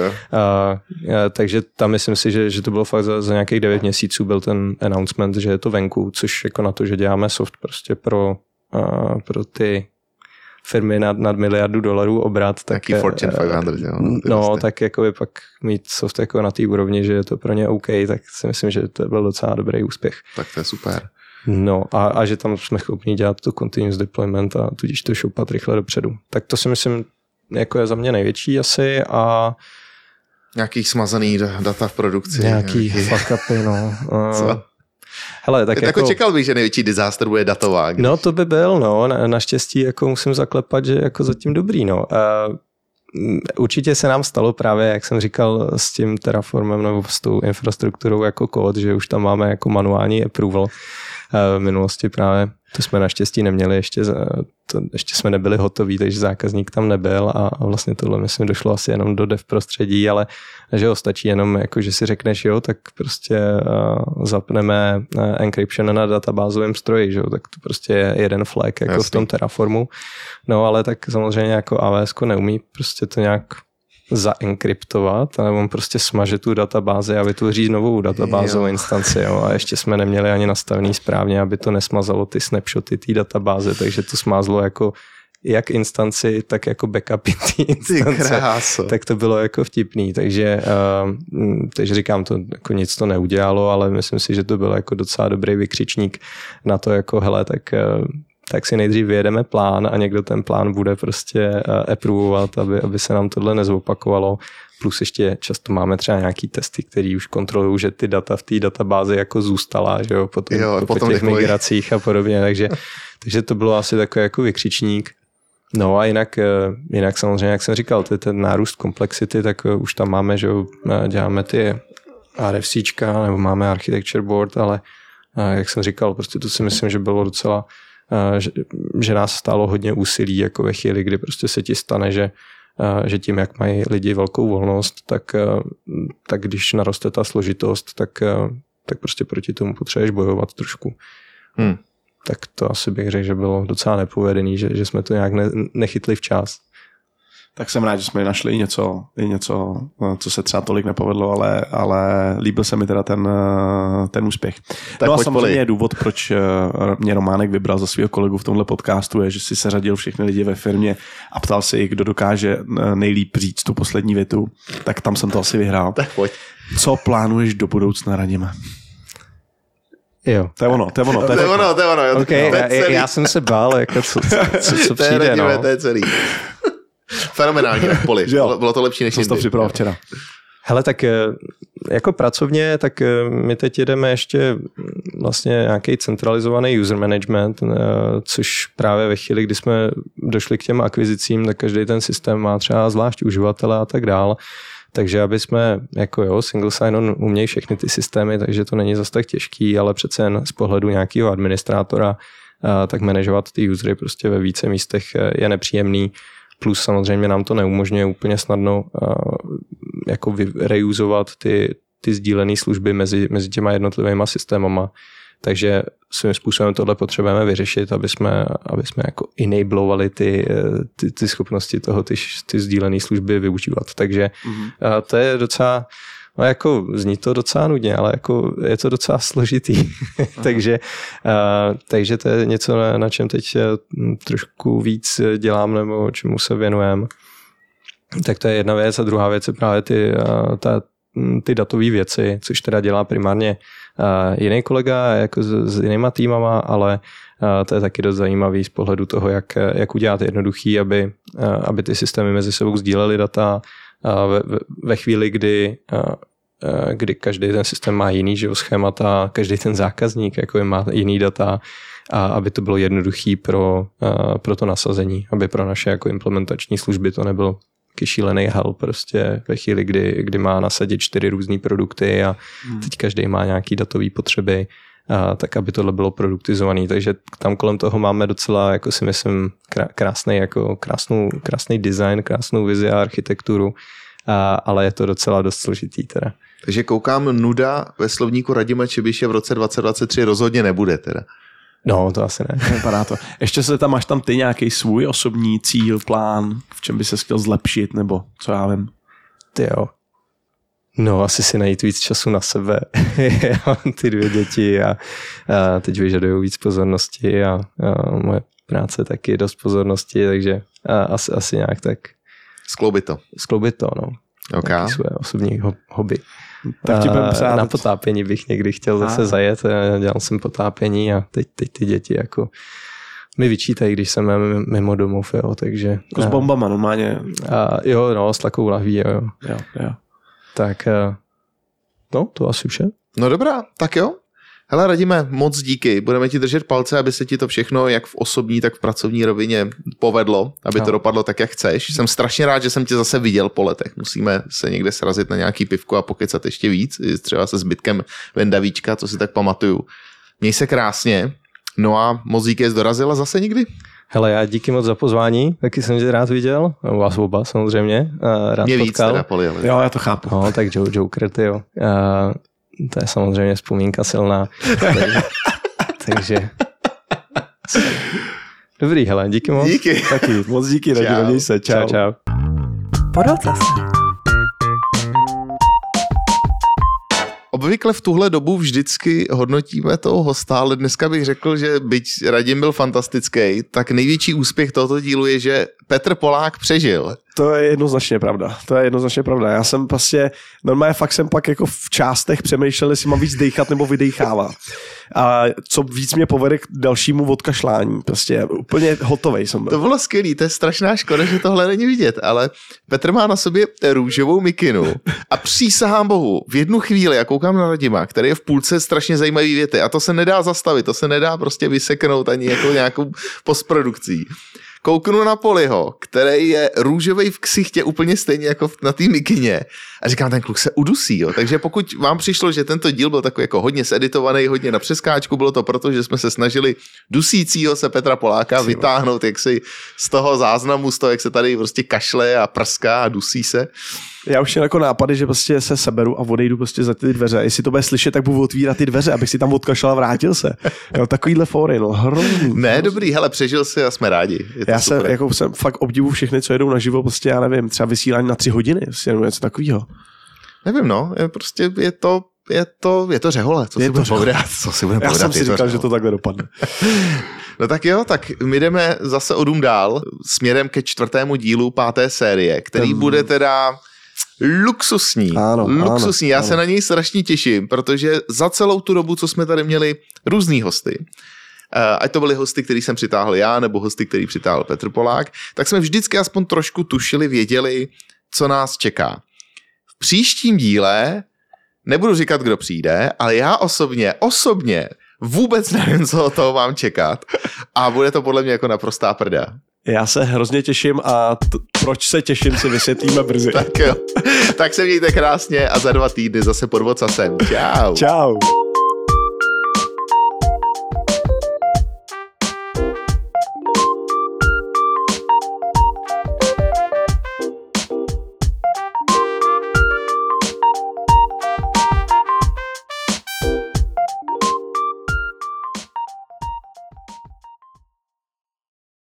Takže tam myslím si, že to bylo fakt za nějakých 9 měsíců byl ten announcement, že je to venku, což jako na to, že děláme soft prostě pro ty firmy nad $1 miliardu obrat. Taky Fortune 500, jo. No, tak jako by pak mít soft jako na té úrovni, že je to pro ně OK, tak si myslím, že to byl docela dobrý úspěch. Tak to je super. No a že tam jsme schopni dělat to continuous deployment a tudíž to šoupat rychle dopředu. Tak to si myslím, jako je za mě největší asi a nějaký smazaný data v produkci. Nějaký fuck upy, no. Co? Hele, tak jako čekal bych, že největší disaster bude datová. No to by byl, no. Naštěstí jako musím zaklepat, že jako zatím dobrý, no. Určitě se nám stalo právě, jak jsem říkal, s tím Terraformem nebo s tou infrastrukturou jako kód, že už tam máme jako manuální approval. V minulosti právě to jsme naštěstí neměli, ještě jsme nebyli hotoví, takže zákazník tam nebyl a vlastně tohle myslím došlo asi jenom do dev prostředí, ale že jo, stačí jenom jako, že si řekneš jo, tak prostě zapneme encryption na databázovém stroji, že jo, tak to prostě je jeden flag jako v tom Terraformu, no ale tak samozřejmě jako AWS neumí prostě to nějak zaenkryptovat, ale on prostě smaže tu databázi a vytvoří novou databázovou instanci. Jo. A ještě jsme neměli ani nastavený správně, aby to nesmazalo ty snapshoty té databáze, takže to smázlo jako jak instanci, tak jako backupy té instance. Tak to bylo jako vtipný, takže říkám, to jako nic to neudělalo, ale myslím si, že to byl jako docela dobrý vykřičník na to, jako hele, tak si nejdřív vyjedeme plán a někdo ten plán bude prostě approvovat, aby se nám tohle nezvopakovalo. Plus ještě často máme třeba nějaký testy, které už kontrolují, že ty data v té databázi jako zůstala, že jo, po těch migracích a podobně, takže to bylo asi takový jako vykřičník. No a jinak samozřejmě, jak jsem říkal, ten nárůst komplexity, tak už tam máme, že děláme ty RFCčka, nebo máme architecture board, ale jak jsem říkal, prostě to si myslím, že bylo docela, že nás stálo hodně úsilí, jako ve chvíli, kdy prostě se ti stane, že tím, jak mají lidi velkou volnost, tak když naroste ta složitost, tak prostě proti tomu potřebuješ bojovat trošku. Tak to asi bych řekl, že bylo docela nepovedený, že jsme to nějak nechytli včas. Tak jsem rád, že jsme našli i něco, co se třeba tolik nepovedlo, ale líbil se mi teda ten úspěch. Tak no a samozřejmě důvod, proč mě Románek vybral za svého kolegu v tomhle podcastu, je, že si seřadil všechny lidi ve firmě a ptal se jich, kdo dokáže nejlíp říct tu poslední větu, tak tam jsem to asi vyhrál. Tak pojď. Co plánuješ do budoucna, Radime? Jo. To je ono. Okay, já jsem se bál, jako co přijde. To je celý. Fenomenálně, Poli. Bylo to lepší, než jsem to připravil včera. Hele, tak jako pracovně, tak my teď jedeme ještě vlastně nějaký centralizovaný user management, což právě ve chvíli, kdy jsme došli k těm akvizicím, tak každý ten systém má třeba zvlášť uživatele a tak dál. Takže aby jsme, jako single sign-on umějí všechny ty systémy, takže to není zas tak těžký, ale přece jen z pohledu nějakého administrátora, tak manažovat ty usery prostě ve více místech je nepříjemný. Plus samozřejmě nám to neumožňuje úplně snadno jako reusovat ty sdílené služby mezi těma jednotlivými systémama. Takže svým způsobem tohle potřebujeme vyřešit, aby jsme jako enablovali ty schopnosti toho, ty sdílené služby využívat. Takže to je docela, no jako zní to docela nudně, ale jako je to docela složitý. takže to je něco, na čem teď trošku víc dělám nebo čemu se věnujeme. Tak to je jedna věc a druhá věc je právě ty datové věci, což teda dělá primárně jiný kolega jako s jinýma týmama, ale to je taky dost zajímavý z pohledu toho, jak udělat jednoduchý, aby ty systémy mezi sebou sdílely data ve chvíli, kdy každý ten systém má jiný schémata, každý ten zákazník jako má jiný data a aby to bylo jednoduchý pro to nasazení, aby pro naše jako implementační služby to nebylo šílený hell prostě ve chvíli, kdy má nasadit 4 různý produkty a teď každý má nějaký datový potřeby, tak aby tohle bylo produktizovaný. Takže tam kolem toho máme docela, jako si myslím, krásný design, krásnou vizi a architekturu, ale je to docela dost složitý teda. Takže koukám, nuda ve slovníku Radima Čebiše v roce 2023 rozhodně nebude teda. No, to asi ne. Vypadá to. Ještě máš tam ty nějaký svůj osobní cíl, plán, v čem by se chtěl zlepšit, nebo co já vím? Ty jo. No, asi si najít víc času na sebe. Já mám ty 2 děti a teď vyžadují víc pozornosti a moje práce taky dost pozornosti, takže asi nějak tak. Skloubit to, no. Okay. Taky své osobní hobby. Tak ti budem přát. Na potápění bych někdy chtěl zase zajet. Dělal jsem potápění a teď ty děti jako mi vyčítají, když jsem mimo domov, jo, takže... Jako s bombama normálně. Jo, no, s tlakou lahví, jo. Tak, no, to asi vše. No dobrá, tak jo. Hele, Radime, moc díky. Budeme ti držet palce, aby se ti to všechno, jak v osobní, tak v pracovní rovině povedlo, aby to dopadlo tak, jak chceš. Jsem strašně rád, že jsem tě zase viděl po letech. Musíme se někde srazit na nějaký pivko a pokecat ještě víc, třeba se zbytkem Vendavíčka, co si tak pamatuju. Měj se krásně. No a moc díky, jsi dorazila zase někdy? Hele, já díky moc za pozvání, taky jsem tě rád viděl, vás oba samozřejmě, rád mě potkal. Víc teda, Poli, ale... Jo, já to chápu. No, tak Joker, ty jo. To je samozřejmě vzpomínka silná. Takže... Dobrý, hele, díky moc. Díky. Taky, moc díky, Radime, měj se, čau. Čau. pod ocasem. Obvykle v tuhle dobu vždycky hodnotíme toho hosta, ale dneska bych řekl, že byť Radim byl fantastický, tak největší úspěch tohoto dílu je, že Petr Polák přežil. To je jednoznačně pravda. Já jsem prostě, normálně fakt jsem pak jako v částech přemýšlel, jestli mám víc dejchat nebo vydejchávat. A co víc mě povede k dalšímu odkašlání. Prostě úplně hotovej jsem byl. To bylo skvělý, to je strašná škoda, že tohle není vidět, ale Petr má na sobě růžovou mikinu a přísahám bohu, v jednu chvíli, já koukám na Radima, který je v půlce strašně zajímavý věty a to se nedá zastavit, to se nedá prostě vyseknout ani jako nějakou postprodukcí. Kouknu na Poliho, který je růžovej v ksichtě úplně stejně jako na té mikině a říkám, ten kluk se udusí, jo. Takže pokud vám přišlo, že tento díl byl takový jako hodně seditovaný, hodně na přeskáčku, bylo to proto, že jsme se snažili dusícího se Petra Poláka vytáhnout jaksi z toho záznamu, z toho, jak se tady prostě kašle a prská a dusí se. Já už měl jako nápady, že prostě se seberu a odejdu prostě za ty dveře. Jestli to bude slyšet, tak budu otvírat ty dveře, abych si tam odkašlal a vrátil se. Jo, takovýhle fóry, no, hrozný. Ne, dobrý, hele, přežil si a jsme rádi. Já jsem fakt obdivu všechny, co jedou naživo, prostě já nevím, třeba vysílání na 3 hodiny, prostě, nebo něco takového. Nevím, no, prostě je to řehole, co si budeme povídat. Já jsem si říkal, že to takhle dopadne. No tak jo, tak my jdeme zase o dům dál, směrem ke 4. dílu 5. série, který bude teda luxusní. Luxusní. Já se na něj strašně těším, protože za celou tu dobu, co jsme tady měli různý hosty, ať to byly hosty, který jsem přitáhl já, nebo hosty, který přitáhl Petr Polák, tak jsme vždycky aspoň trošku tušili, věděli, co nás čeká. V příštím díle nebudu říkat, kdo přijde, ale já osobně vůbec nevím, co od toho mám čekat a bude to podle mě jako naprostá prda. Já se hrozně těším a proč se těším, si vysvětlíme brzy. Tak jo, tak se mějte krásně a za 2 týdny zase pod ocasem. Čau. Čau.